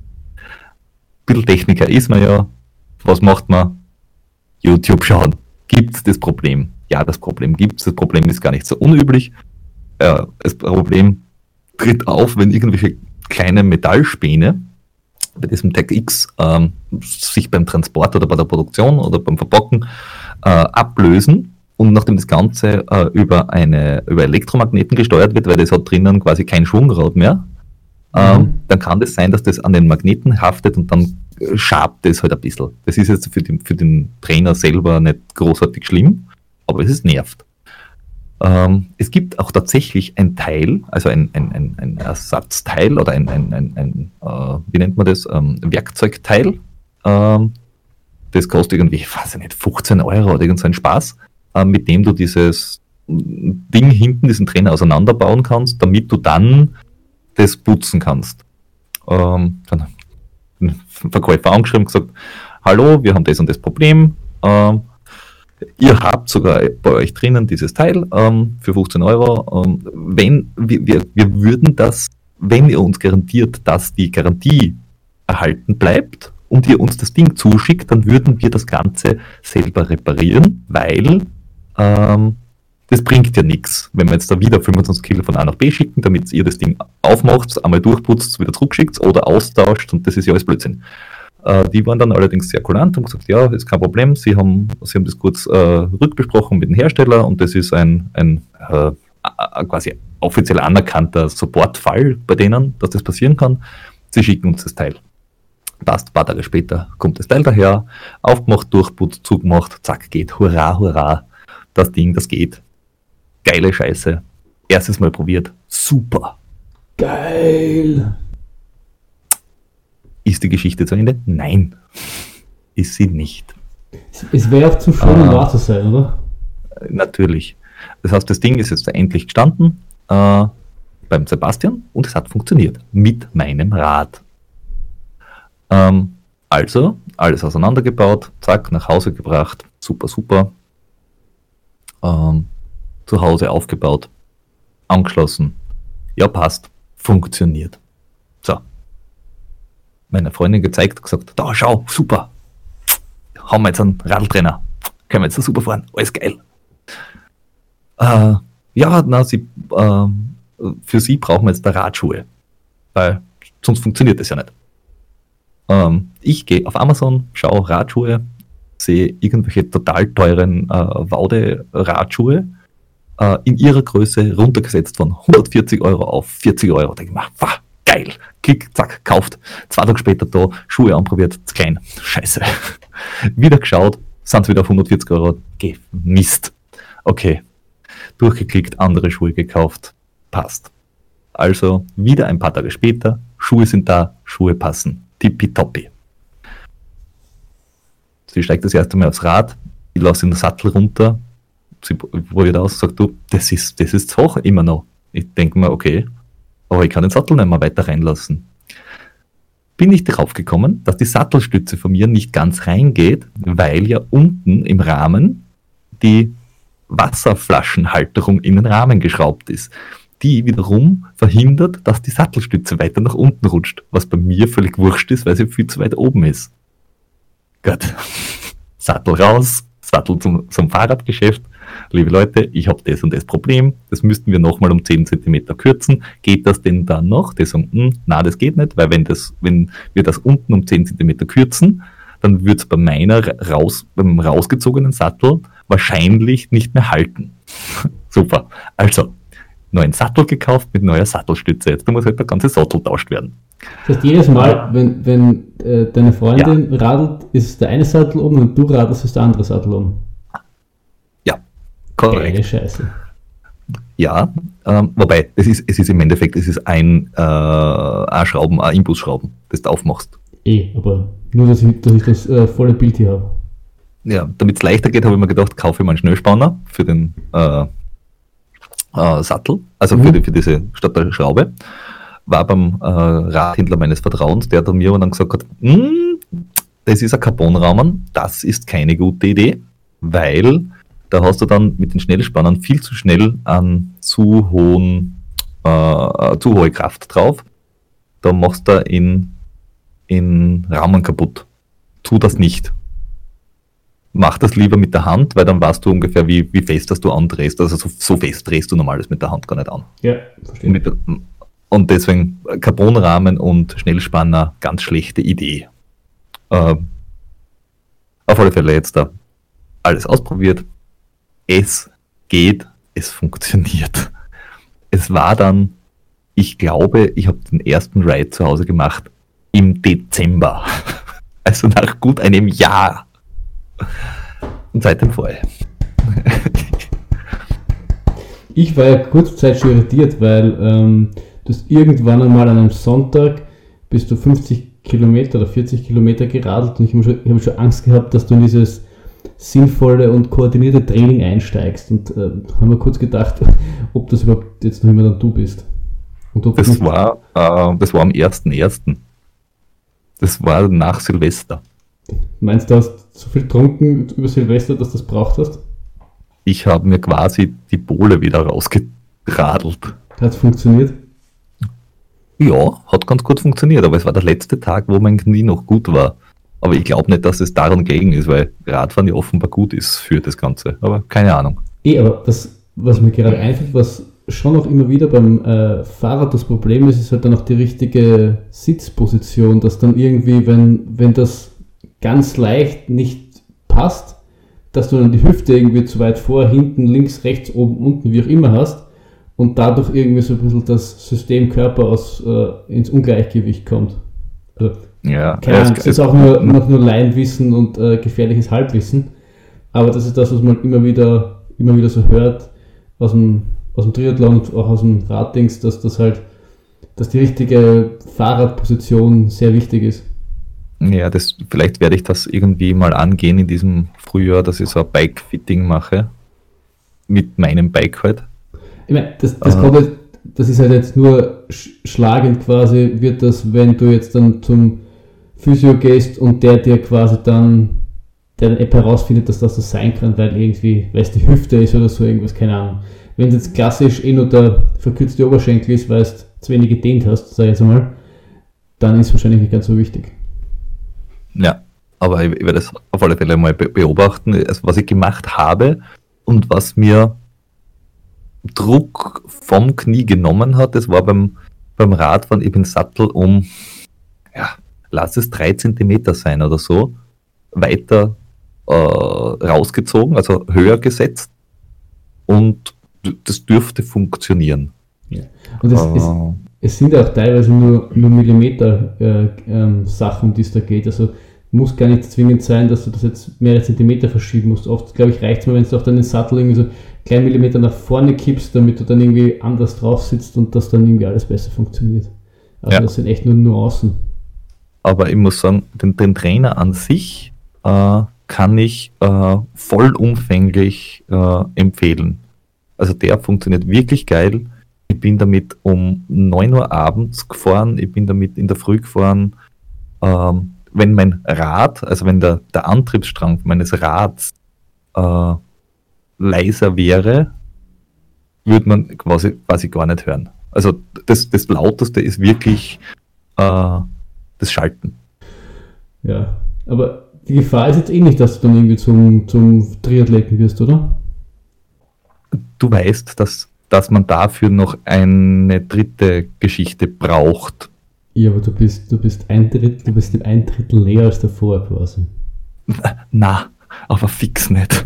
Ein bisschen Techniker ist man ja. Was macht man? YouTube schauen. Gibt es das Problem? Ja, das Problem gibt es. Das Problem ist gar nicht so unüblich. Äh, das Problem tritt auf, wenn irgendwelche kleine Metallspäne bei diesem Tag X ähm, sich beim Transport oder bei der Produktion oder beim Verpacken äh, ablösen. Und nachdem das Ganze äh, über, eine, über Elektromagneten gesteuert wird, weil das hat drinnen quasi kein Schwungrad mehr, ähm, mhm. dann kann das sein, dass das an den Magneten haftet und dann äh, schabt es halt ein bisschen. Das ist jetzt für den, für den Trainer selber nicht großartig schlimm, aber es ist nervt. Ähm, es gibt auch tatsächlich ein Teil, also ein, ein, ein, ein Ersatzteil oder ein, ein, ein, ein äh, wie nennt man das, ähm, Werkzeugteil. Ähm, das kostet irgendwie, ich weiß nicht, fünfzehn Euro oder irgend so ein Spaß, äh, mit dem du dieses Ding hinten, diesen Trainer auseinanderbauen kannst, damit du dann das putzen kannst. Ähm, dann hat ein Verkäufer angeschrieben und gesagt, hallo, wir haben das und das Problem, ähm, ihr habt sogar bei euch drinnen dieses Teil ähm, für fünfzehn Euro. Ähm, wenn wir, wir, wir würden das, wenn ihr uns garantiert, dass die Garantie erhalten bleibt und ihr uns das Ding zuschickt, dann würden wir das Ganze selber reparieren, weil ähm, das bringt ja nichts, wenn wir jetzt da wieder fünfundzwanzig Kilo von A nach B schicken, damit ihr das Ding aufmacht, einmal durchputzt, wieder zurückschickt oder austauscht und das ist ja alles Blödsinn. Die waren dann allerdings sehr kulant und gesagt, ja, ist kein Problem, sie haben, sie haben das kurz äh, rückbesprochen mit dem Hersteller und das ist ein, ein äh, quasi offiziell anerkannter Supportfall bei denen, dass das passieren kann. Sie schicken uns das Teil. Passt, ein paar Tage später kommt das Teil daher, aufgemacht, durchputzt, zugemacht, zack, geht, hurra, hurra, das Ding, das geht. Geile Scheiße. Erstes Mal probiert, super. Geil. Ist die Geschichte zu Ende? Nein, ist sie nicht. Es wäre auch zu schön, um wahr zu sein, oder? Natürlich. Das heißt, das Ding ist jetzt endlich gestanden äh, beim Sebastian und es hat funktioniert. Mit meinem Rad. Ähm, also, alles auseinandergebaut, zack, nach Hause gebracht. Super, super. Ähm, zu Hause aufgebaut. Angeschlossen. Ja, passt. Funktioniert. So. Meiner Freundin gezeigt und gesagt, da schau, super, haben wir jetzt einen Radltrainer, können wir jetzt so super fahren, alles geil. Äh, ja, na, sie, äh, für sie brauchen wir jetzt da Radschuhe, weil sonst funktioniert das ja nicht. Ähm, ich gehe auf Amazon, schaue Radschuhe, sehe irgendwelche total teuren äh, Waude-Radschuhe äh, in ihrer Größe runtergesetzt von hundertvierzig Euro auf vierzig Euro. Da denke ich mir, wah, geil, klick, zack, kauft. Zwei Tage später da, Schuhe anprobiert, zu klein, scheiße. Wieder geschaut, sind wieder auf hundertvierzig Euro, geh, Mist. Okay, durchgeklickt, andere Schuhe gekauft, passt. Also wieder ein paar Tage später, Schuhe sind da, Schuhe passen, tippitoppi. Sie steigt das erste Mal aufs Rad, ich lasse den Sattel runter, sie probiert aus, sagt du, das ist, das ist zu hoch immer noch. Ich denke mir, okay, aber ich kann den Sattel nicht mehr weiter reinlassen. Bin ich darauf gekommen, dass die Sattelstütze von mir nicht ganz reingeht, weil ja unten im Rahmen die Wasserflaschenhalterung in den Rahmen geschraubt ist. Die wiederum verhindert, dass die Sattelstütze weiter nach unten rutscht, was bei mir völlig wurscht ist, weil sie viel zu weit oben ist. Gut, Sattel raus, Sattel zum, zum Fahrradgeschäft. Liebe Leute, ich habe das und das Problem, das müssten wir nochmal um zehn Zentimeter kürzen. Geht das denn dann noch? Die sagen, hm, na, das geht nicht, weil wenn, das, wenn wir das unten um zehn Zentimeter kürzen, dann wird es bei meiner raus, beim rausgezogenen Sattel wahrscheinlich nicht mehr halten. Super. Also, neuen Sattel gekauft mit neuer Sattelstütze. Jetzt muss halt der ganze Sattel tauscht werden. Das heißt, jedes Mal, wenn, wenn äh, deine Freundin ja. radelt, ist der eine Sattel oben und du radelst, ist der andere Sattel oben. Ja, korrekt. Geile Scheiße. Ja, ähm, wobei, es ist, es ist im Endeffekt, es ist ein, äh, ein Schrauben, ein Imbusschrauben, das du aufmachst. Eh, aber nur, dass ich, dass ich das äh, volle Bild hier habe. Ja, damit es leichter geht, habe ich mir gedacht, kaufe ich mal einen Schnellspanner für den, äh, äh, Sattel, also Mhm. für, die, für diese statt der Schraube. War beim äh, Radhändler meines Vertrauens, der dann mir dann gesagt hat, "Hm, das ist ein Carbonrahmen, das ist keine gute Idee, weil da hast du dann mit den Schnellspannern viel zu schnell an zu hohen, äh, zu hohe Kraft drauf. Da machst du in, in Rahmen kaputt. Tu das nicht. Mach das lieber mit der Hand, weil dann weißt du ungefähr, wie, wie fest das du andrehst. Also so, so fest drehst du normales mit der Hand gar nicht an. Ja, verstehe. Mit der, und deswegen Carbonrahmen und Schnellspanner, ganz schlechte Idee. Äh, auf alle Fälle jetzt da alles ausprobiert. Es geht, es funktioniert. Es war dann, ich glaube, ich habe den ersten Ride zu Hause gemacht im Dezember. Also nach gut einem Jahr. Und seitdem voll. Ich war ja kurze Zeit schon irritiert, weil ähm, du hast irgendwann einmal an einem Sonntag bist du fünfzig Kilometer oder vierzig Kilometer geradelt und ich habe schon, ich hab schon Angst gehabt, dass du in dieses sinnvolle und koordinierte Training einsteigst und äh, haben wir kurz gedacht, ob das überhaupt jetzt noch immer dann du bist. Und ob Das nicht- war, äh, das war am ersten ersten Das war nach Silvester. Meinst du, du hast so viel getrunken über Silvester, dass du das braucht hast? Ich habe mir quasi die Bohle wieder rausgeradelt. Hat es funktioniert? Ja, hat ganz gut funktioniert, aber es war der letzte Tag, wo mein Knie noch gut war. Aber ich glaube nicht, dass es daran gelegen ist, weil Radfahren ja offenbar gut ist für das Ganze. Aber keine Ahnung. Eh, aber das, was mir gerade einfällt, was schon auch immer wieder beim äh, Fahrrad das Problem ist, ist halt dann auch die richtige Sitzposition, dass dann irgendwie, wenn, wenn das ganz leicht nicht passt, dass du dann die Hüfte irgendwie zu weit vor, hinten, links, rechts, oben, unten, wie auch immer hast und dadurch irgendwie so ein bisschen das System Körper aus, äh, ins Ungleichgewicht kommt. Also, Ja, keine es- Ahnung, das ist es- auch nur, noch nur Laienwissen und äh, gefährliches Halbwissen, aber das ist das, was man immer wieder, immer wieder so hört aus dem, aus dem Triathlon und auch aus dem Raddings, dass das halt, dass die richtige Fahrradposition sehr wichtig ist. Ja, das, vielleicht werde ich das irgendwie mal angehen in diesem Frühjahr, dass ich so ein Bike-Fitting mache. Mit meinem Bike halt. Ich meine, das, das, Aha. kommt jetzt, das ist halt jetzt nur sch- schlagend quasi, wird das, wenn du jetzt dann zum Physio gehst und der dir quasi dann deine App herausfindet, dass das so sein kann, weil irgendwie, weil es die Hüfte ist oder so irgendwas, keine Ahnung. Wenn es jetzt klassisch eh nur der verkürzte Oberschenkel ist, weil du zu wenig gedehnt hast, sag ich jetzt einmal, dann ist es wahrscheinlich nicht ganz so wichtig. Ja, aber ich, ich werde es auf alle Fälle mal be beobachten, also was ich gemacht habe und was mir Druck vom Knie genommen hat, das war beim, beim Radfahren eben Sattel um, ja, lass es drei Zentimeter sein oder so, weiter äh, rausgezogen, also höher gesetzt und d- das dürfte funktionieren. Ja. Und es, es, Äh, es sind ja auch teilweise nur, nur Millimeter äh, ähm, Sachen, um die es da geht. Also muss gar nicht zwingend sein, dass du das jetzt mehrere Zentimeter verschieben musst. Oft, glaube ich, reicht es mir, wenn du auch deinen Sattel irgendwie so kleinen Millimeter nach vorne kippst, damit du dann irgendwie anders drauf sitzt und das dann irgendwie alles besser funktioniert. Also Ja. das sind echt nur Nuancen. Aber ich muss sagen, den, den Trainer an sich äh, kann ich äh, vollumfänglich äh, empfehlen. Also der funktioniert wirklich geil. Ich bin damit um neun Uhr abends gefahren, ich bin damit in der Früh gefahren. Ähm, wenn mein Rad, also wenn der, der Antriebsstrang meines Rads äh, leiser wäre, würde man quasi, quasi gar nicht hören. Also das, das Lauteste ist wirklich äh, das Schalten. Ja, aber die Gefahr ist jetzt eh nicht, dass du dann irgendwie zum, zum Triathleten wirst, oder? Du weißt, dass, dass man dafür noch eine dritte Geschichte braucht. Ja, aber du bist, du bist ein Drittel, du bist ein Drittel näher als davor quasi. Na, aber fix nicht.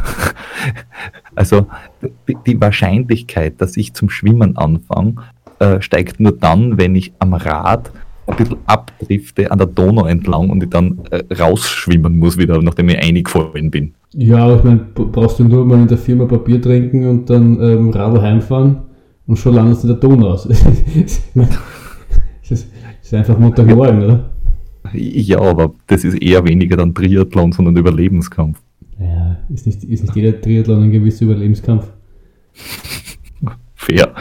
Also die, die Wahrscheinlichkeit, dass ich zum Schwimmen anfange, äh, steigt nur dann, wenn ich am Rad ein bisschen abdrifte an der Donau entlang und ich dann äh, rausschwimmen muss wieder, nachdem ich eingefallen bin. Ja, aber ich meine, b- brauchst du nur mal in der Firma Papier trinken und dann ähm, Radl heimfahren und schon landest du in der Donau aus. Ich meine, das ist, das ist einfach Montagmorgen, oder? Ja, aber das ist eher weniger dann Triathlon, sondern Überlebenskampf. Ja, ist nicht, ist nicht jeder Triathlon ein gewisser Überlebenskampf. Fair.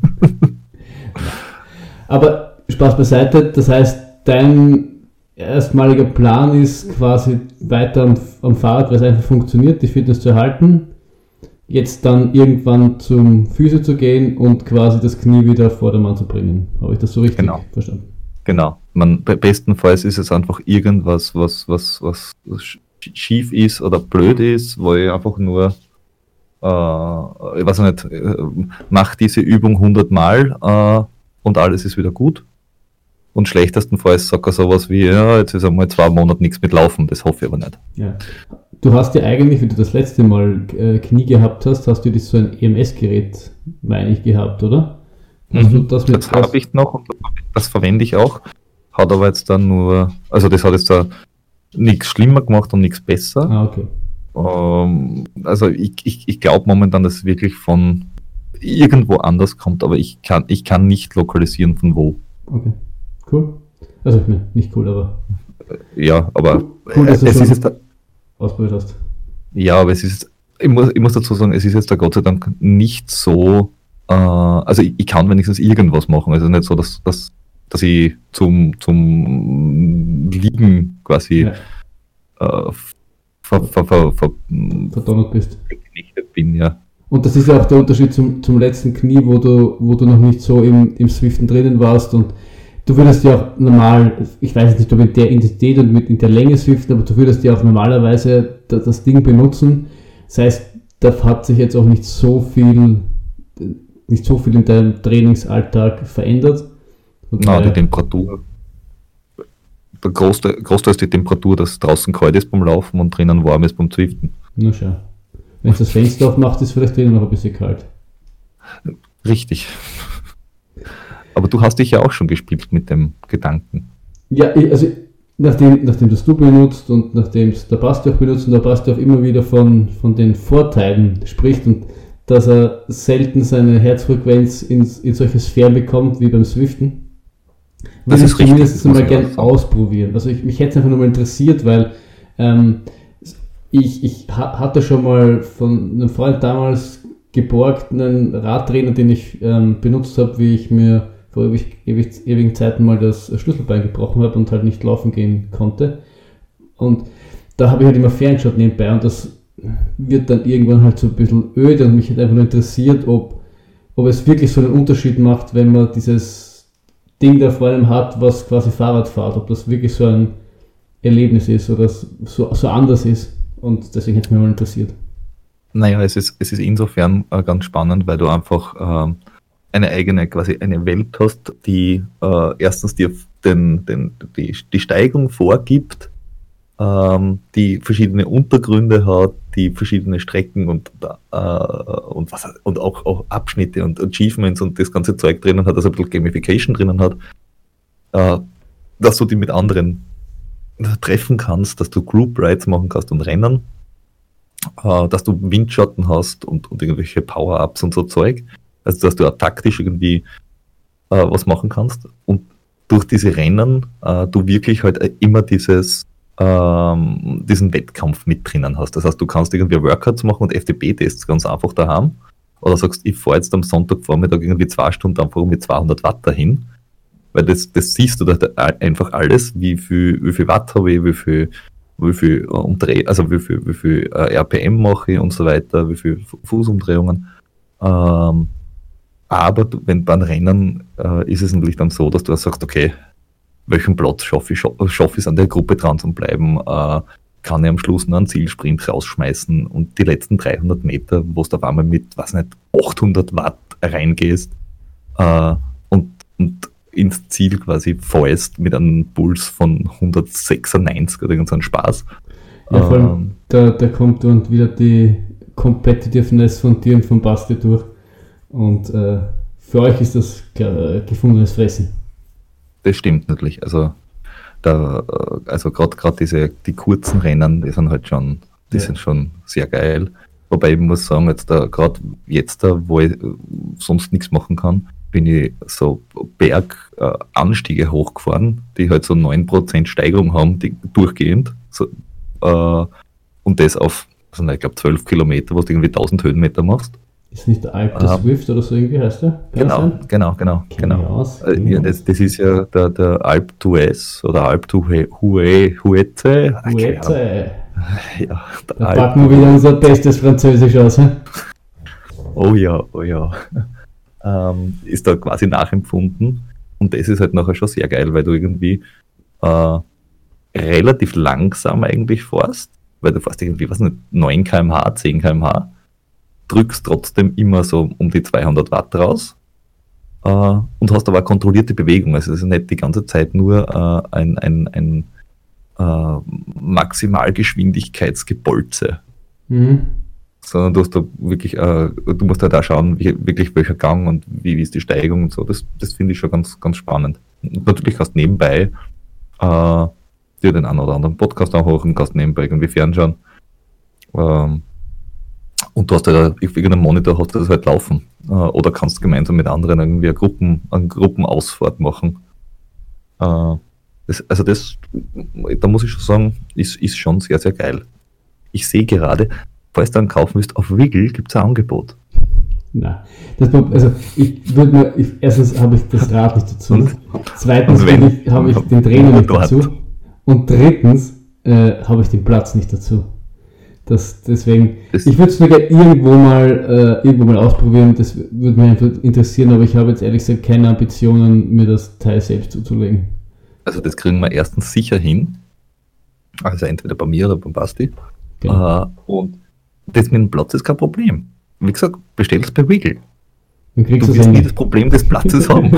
Aber Spaß beiseite, das heißt, dein erstmaliger Plan ist quasi weiter am, am Fahrrad, weil es einfach funktioniert, die Fitness zu erhalten, jetzt dann irgendwann zum Physio zu gehen und quasi das Knie wieder auf Vordermann zu bringen. Habe ich das so richtig Genau. verstanden? Genau. Man, bestenfalls ist es einfach irgendwas, was, was, was schief ist oder blöd ist, wo ich einfach nur, äh, ich weiß nicht, äh, mach diese Übung hundert Mal äh, und alles ist wieder gut. Und schlechtestenfalls sagt er sowas wie, ja, jetzt ist einmal zwei Monate nichts mit Laufen, das hoffe ich aber nicht. Ja. Du hast ja eigentlich, wie du das letzte Mal äh, Knie gehabt hast, hast du das so ein E M S-Gerät, meine ich, gehabt, oder? Hast du das mit das habe ich noch und das verwende ich auch. Hat aber jetzt dann nur, also das hat jetzt da nichts schlimmer gemacht und nichts besser. Ah, okay. Ähm, also ich, ich, ich glaube momentan, dass es wirklich von irgendwo anders kommt, aber ich kann, ich kann nicht lokalisieren von wo. Okay, cool. Also ich meine, nicht cool, aber Ja, aber cool, dass du es schon ist jetzt da, ausprobiert hast. ja, aber es ist, ich muss, ich muss dazu sagen, es ist jetzt da Gott sei Dank nicht so, äh, also ich, ich kann wenigstens irgendwas machen. Also nicht so, dass, dass, dass ich zum, zum Liegen quasi Ja. äh, ver, ver, ver, ver, Verdonnert bist. verknechtet bin, ja. Und das ist ja auch der Unterschied zum, zum letzten Knie, wo du, wo du noch nicht so im, im Swiften drinnen warst und du würdest ja auch normal, ich weiß nicht, ob in der Intensität und mit in der Länge swiften, aber du würdest ja auch normalerweise das, das Ding benutzen. Das heißt, da hat sich jetzt auch nicht so viel, nicht so viel in deinem Trainingsalltag verändert. Na, die Temperatur. Der Großteil, Großteil ist die Temperatur, dass draußen kalt ist beim Laufen und drinnen warm ist beim Zwiften. Na schau. Wenn es das Fenster aufmacht, ist es vielleicht drinnen noch ein bisschen kalt. Richtig. Aber du hast dich ja auch schon gespielt mit dem Gedanken. Ja, ich- also nachdem, nachdem das du benutzt und nachdem es der Basti auch benutzt und der Basti auch immer wieder von, von den Vorteilen spricht und dass er selten seine Herzfrequenz in, in solche Sphären bekommt wie beim Swiften, Das will ist ich richtig, zumindest das muss mal ich gern auch sagen. ausprobieren. Also ich, mich hätte es einfach nur mal interessiert, weil ähm, ich, ich ha- hatte schon mal von einem Freund damals geborgt einen Radtrainer, den ich ähm, benutzt habe, wie ich mir vor ewig, ewig, ewigen Zeiten mal das Schlüsselbein gebrochen habe und halt nicht laufen gehen konnte. Und da habe ich halt immer ferngeschaut nebenbei und das wird dann irgendwann halt so ein bisschen öde und mich hat einfach nur interessiert, ob, ob es wirklich so einen Unterschied macht, wenn man dieses Ding da vor einem hat, was quasi Fahrrad fährt, ob das wirklich so ein Erlebnis ist oder so, so anders ist. Und deswegen hätte es mich mal interessiert. Naja, es ist, es ist insofern äh, ganz spannend, weil du einfach ähm, eine eigene, quasi eine Welt hast, die äh, erstens dir den, den, die, die Steigung vorgibt, ähm, die verschiedene Untergründe hat, die verschiedene Strecken und, äh, und, was, und auch, auch Abschnitte und Achievements und das ganze Zeug drinnen hat, also ein bisschen Gamification drinnen hat, äh, dass du die mit anderen treffen kannst, dass du Group Rides machen kannst und Rennen, äh, dass du Windschatten hast und, und irgendwelche Power-Ups und so Zeug, also dass du auch taktisch irgendwie äh, was machen kannst und durch diese Rennen äh, du wirklich halt immer dieses ähm, diesen Wettkampf mit drinnen hast. Das heißt, du kannst irgendwie Workouts machen und F T P-Tests ganz einfach daheim oder sagst, ich fahre jetzt am Sonntagvormittag irgendwie zwei Stunden einfach mit zweihundert Watt dahin, weil das, das siehst du da einfach alles, wie viel, wie viel Watt habe ich, wie viel, wie viel äh, Umdreh, also wie viel, wie viel äh, R P M mache ich und so weiter, wie viel Fußumdrehungen. Ähm, aber du, wenn beim Rennen äh, ist es natürlich dann so, dass du sagst, okay, welchen Platz schaffe ich, schaffe ich es an der Gruppe dran zu bleiben, äh, kann ich am Schluss noch einen Zielsprint rausschmeißen und die letzten dreihundert Meter, wo du auf einmal mit, weiß nicht, achthundert Watt reingehst äh, und, und ins Ziel quasi fällst mit einem Puls von hundertsechsundneunzig oder irgendein Spaß. Ja, vor allem, Ähm, da, da kommt dann wieder die Competitiveness von dir und von Basti durch. Und äh, für euch ist das äh, gefundenes Fressen. Das stimmt natürlich. Also da, äh, also gerade gerade diese die kurzen Rennen, die sind halt schon, die Ja. sind schon sehr geil. Wobei ich muss sagen, jetzt da gerade jetzt da, wo ich äh, sonst nichts machen kann, bin ich so Berganstiege äh, Anstiege hochgefahren, die halt so neun Prozent Steigerung haben, die durchgehend. So, äh, und das auf, also ich glaube zwölf Kilometer, was du irgendwie tausend Höhenmeter machst. Ist nicht der Alp der Ähm, Swift oder so irgendwie heißt der? Kann das Genau, sein? genau, genau, Kenn ich genau. aus, Äh, kenn ich Ja, aus. das, das ist ja der, der Alp d'Huez oder Alp d'Huez, Huez, Hueze, ah, keine Ahnung. Huete. Ja, der Da Alp packen wir wieder d'Huez. unser bestes Französisch aus. Hä? Oh ja, oh ja. Ähm, ist da quasi nachempfunden. Und das ist halt nachher schon sehr geil, weil du irgendwie äh, relativ langsam eigentlich fährst, weil du fährst irgendwie, was nicht, neun Kilometer pro Stunde, zehn Kilometer pro Stunde, drückst trotzdem immer so um die zweihundert Watt raus äh, und hast aber eine kontrollierte Bewegung. Also es ist nicht die ganze Zeit nur äh, ein, ein, ein äh, Maximalgeschwindigkeitsgebolze, Mhm. sondern du hast da wirklich, äh, du musst halt auch schauen, wie, wirklich welcher Gang und wie, wie ist die Steigung und so. Das, das finde ich schon ganz, ganz spannend. Und natürlich kannst du nebenbei äh, dir den einen oder anderen Podcast anhören, kannst nebenbei irgendwie fernschauen. Ähm, und du hast halt auf irgendeinem Monitor hast du das halt laufen. Äh, oder kannst gemeinsam mit anderen irgendwie eine, Gruppen, eine Gruppenausfahrt machen. Äh, das, also das, da muss ich schon sagen, ist, ist schon sehr, sehr geil. Ich sehe gerade, falls du einen kaufen willst, auf Wiggle gibt es ein Angebot. Na, das, Prob- also ich würde mir, ich, erstens habe ich das Rad nicht dazu, Und- zweitens und wenn- bin ich, habe ich den Trainer nicht dort. dazu und drittens äh, habe ich den Platz nicht dazu. Das, deswegen, Das- ich würde es mir gerne irgendwo mal, äh, irgendwo mal ausprobieren, das würde mich einfach interessieren, aber ich habe jetzt ehrlich gesagt keine Ambitionen, mir das Teil selbst zuzulegen. Also das kriegen wir erstens sicher hin. Also entweder bei mir oder beim Basti. Genau. Äh, und das mit dem Platz ist kein Problem. Wie gesagt, bestell es bei Wiggle. Dann kriegst Du du wirst es nie ja das Problem des Platzes haben.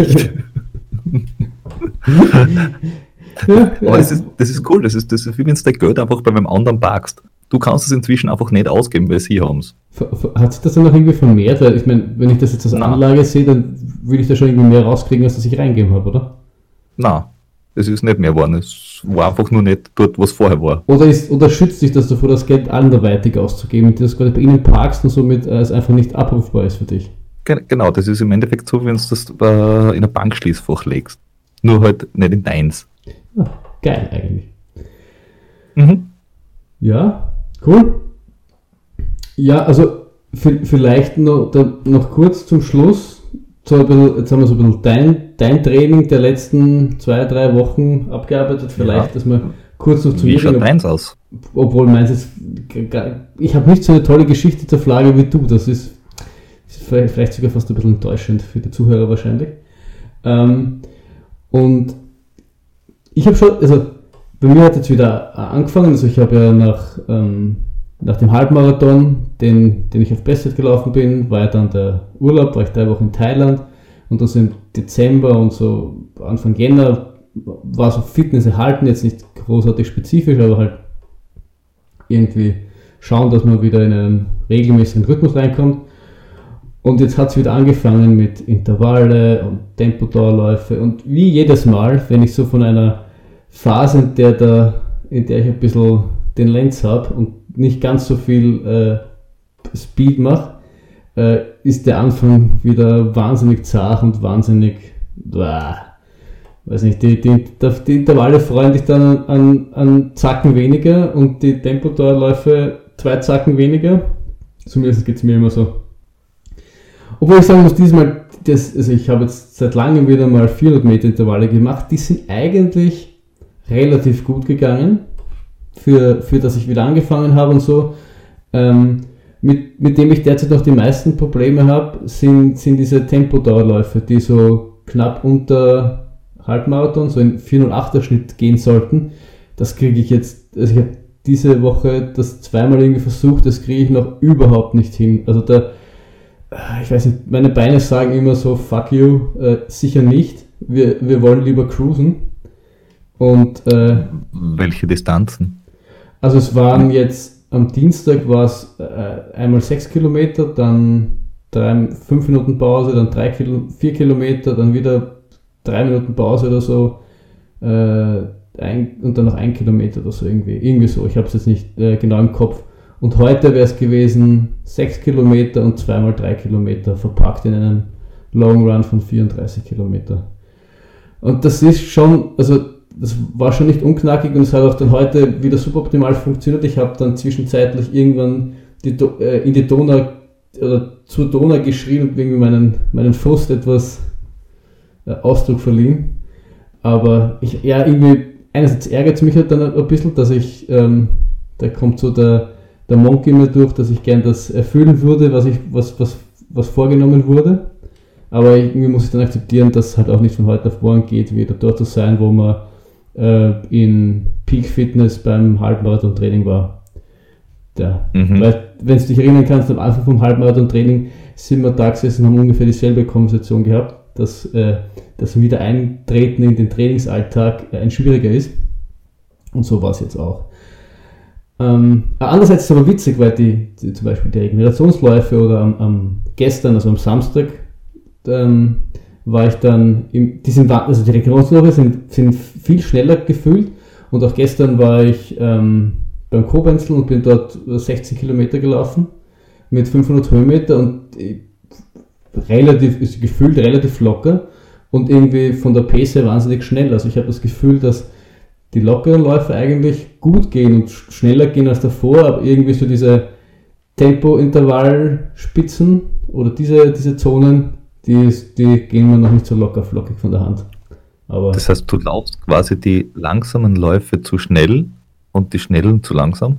Ja, Aber das ist, das ist cool, das ist, das ist wie wenn du dein Geld einfach bei einem anderen parkst. Du kannst es inzwischen einfach nicht ausgeben, weil sie haben es. Ver- ver- Hat sich das dann noch irgendwie vermehrt? Weil ich meine, wenn ich das jetzt als Nein. Anlage sehe, dann würde ich da schon irgendwie mehr rauskriegen, als das ich reingeben habe, oder? Nein, es ist nicht mehr geworden. Es war einfach nur nicht dort, was vorher war. Oder, ist, oder schützt dich das davor, das Geld anderweitig auszugeben, und das gerade bei ihnen parkst und somit äh, es einfach nicht abrufbar ist für dich? Ge- Genau, das ist im Endeffekt so, wenn du das äh, in ein Bankschließfach legst. Nur halt nicht in deins. Ja, geil eigentlich. Mhm. Ja, cool. Ja, also v- vielleicht noch, da, noch kurz zum Schluss. So ein bisschen, jetzt haben wir so ein bisschen dein, dein Training der letzten zwei, drei Wochen abgearbeitet. Vielleicht, Ja. dass wir kurz noch zu Wie mir schaut gehen, deins aus? obwohl meins ist, g- g- ich habe nicht so eine tolle Geschichte zur Flagge wie du. Das ist, ist vielleicht vielleicht sogar fast ein bisschen enttäuschend für die Zuhörer wahrscheinlich. Ähm, und ich habe schon, also bei mir hat jetzt wieder angefangen, also ich habe ja nach, ähm, nach dem Halbmarathon, den, den ich auf Bestzeit gelaufen bin, war ja dann der Urlaub, war ich drei Wochen in Thailand und dann so im Dezember und so Anfang Jänner war so Fitness erhalten, jetzt nicht großartig spezifisch, aber halt irgendwie schauen, dass man wieder in einen regelmäßigen Rhythmus reinkommt. Und jetzt hat es wieder angefangen mit Intervalle und Tempodauerläufe und wie jedes Mal, wenn ich so von einer Phase, in der, da, in der ich ein bisschen den Lenz habe und nicht ganz so viel äh, Speed mache, äh, ist der Anfang wieder wahnsinnig zart und wahnsinnig, bah, weiß nicht, die, die, die Intervalle freuen dich dann an, an Zacken weniger und die Tempodauerläufe zwei Zacken weniger. Zumindest geht es mir immer so. Obwohl ich sagen muss, diesmal, das, also ich habe jetzt seit langem wieder mal vierhundert Meter Intervalle gemacht, die sind eigentlich relativ gut gegangen, für, für das ich wieder angefangen habe und so. Ähm, mit, mit dem ich derzeit noch die meisten Probleme habe, sind, sind diese Tempodauerläufe, die so knapp unter Halbmarathon, so in vier null achter Schnitt gehen sollten. Das kriege ich jetzt, also ich habe diese Woche das zweimal irgendwie versucht, das kriege ich noch überhaupt nicht hin. Also da, ich weiß nicht, meine Beine sagen immer so, fuck you, äh, sicher nicht, wir, wir wollen lieber cruisen. Und äh, Welche Distanzen? also es waren jetzt, am Dienstag war es äh, einmal sechs Kilometer, dann drei, fünf Minuten Pause, dann drei Kilo, vier Kilometer, dann wieder drei Minuten Pause oder so, äh, ein, und dann noch ein Kilometer oder so irgendwie, irgendwie so, ich habe es jetzt nicht äh, genau im Kopf. Und heute wäre es gewesen sechs Kilometer und zweimal drei Kilometer verpackt in einem Long Run von vierunddreißig Kilometer. Und das ist schon, also das war schon nicht unknackig und es hat auch dann heute wieder suboptimal funktioniert. Ich habe dann zwischenzeitlich irgendwann die Do- äh, in die Donau oder zur Donau geschrien und irgendwie meinen, meinen Frust etwas äh, Ausdruck verliehen. Aber ich, ja, irgendwie, einerseits ärgert es mich halt dann ein bisschen, dass ich, ähm, da kommt so der, der Monkey mir durch, dass ich gern das erfüllen würde, was ich, was, was, was vorgenommen wurde. Aber irgendwie muss ich dann akzeptieren, dass es halt auch nicht von heute auf morgen geht, wieder dort zu sein, wo man äh, in Peak Fitness beim Halbmarathon-Training war. Ja. Mhm. Weil, wenn du dich erinnern kannst, am Anfang vom Halbmarathon-Training sind wir da gesessen und haben ungefähr dieselbe Konversation gehabt, dass äh, das Wiedereintreten in den Trainingsalltag äh, ein schwieriger ist. Und so war es jetzt auch. Ähm, andererseits ist es aber witzig, weil die, die zum Beispiel die Regenerationsläufe oder am, am gestern, also am Samstag, ähm, war ich dann, im, die, sind, also die Regenerationsläufe sind, sind viel schneller gefühlt und auch gestern war ich ähm, beim Kobenzl und bin dort sechzehn Kilometer gelaufen mit fünfhundert Höhenmeter und relativ, ist gefühlt relativ locker und irgendwie von der Pace her wahnsinnig schnell. Also ich habe das Gefühl, dass die lockeren Läufe eigentlich gut gehen und schneller gehen als davor, aber irgendwie so diese Tempo-Intervall-Spitzen oder diese, diese Zonen, die, die gehen mir noch nicht so locker flockig von der Hand. Aber das heißt, du laufst quasi die langsamen Läufe zu schnell und die schnellen zu langsam?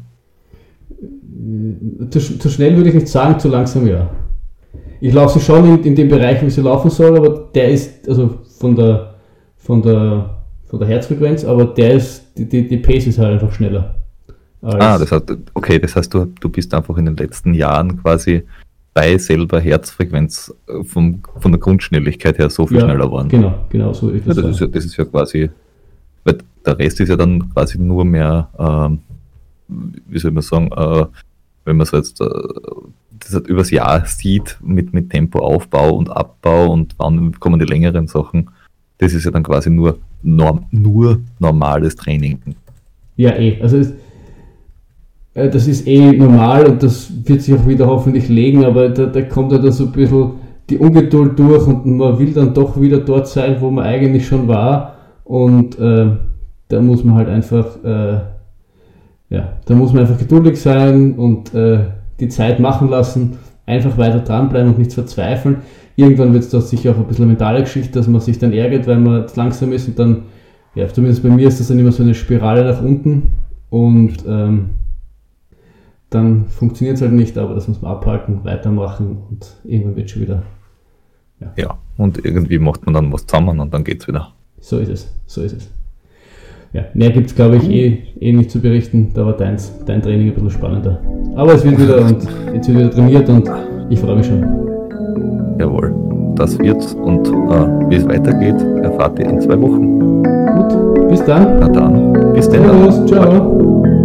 Zu, zu schnell würde ich nicht sagen, zu langsam ja. Ich laufe sie schon in, in dem Bereich, wo sie laufen soll, aber der ist, also von der, von der, von der Herzfrequenz, aber der ist, die, die, die Pace ist halt einfach schneller. Ah, das heißt, okay, das heißt, du, du bist einfach in den letzten Jahren quasi bei selber Herzfrequenz vom, von der Grundschnelligkeit her so viel ja, schneller geworden. Genau, genau so. Ich ja, das, ist ja, das ist ja quasi, weil der Rest ist ja dann quasi nur mehr, ähm, wie soll man sagen, äh, wenn man es jetzt äh, das halt übers Jahr sieht, mit, mit Tempoaufbau und Abbau und wann kommen die längeren Sachen, das ist ja dann quasi nur, norm, nur normales Training. Ja, eh, also es, äh, das ist eh normal und das wird sich auch wieder hoffentlich legen, aber da, da kommt ja dann so ein bisschen die Ungeduld durch und man will dann doch wieder dort sein, wo man eigentlich schon war und äh, da muss man halt einfach äh, ja, da muss man einfach geduldig sein und äh, die Zeit machen lassen, einfach weiter dranbleiben und nicht verzweifeln. Irgendwann wird es da sicher auch ein bisschen eine mentale Geschichte, dass man sich dann ärgert, weil man zu langsam ist und dann, ja, zumindest bei mir ist das dann immer so eine Spirale nach unten und ähm, dann funktioniert es halt nicht, aber das muss man abhalten, weitermachen und irgendwann wird es schon wieder. Ja. ja, und irgendwie macht man dann was zusammen und dann geht es wieder. So ist es, so ist es. Ja, mehr gibt es, glaube ich, eh, eh nicht zu berichten. Da war deins, dein Training ein bisschen spannender. Aber es wird wieder und jetzt wird wieder trainiert und ich freue mich schon. Jawohl, das wird's und äh, wie es weitergeht, erfahrt ihr in zwei Wochen. Gut, bis dann. Na dann, bis dann. Servus, ciao.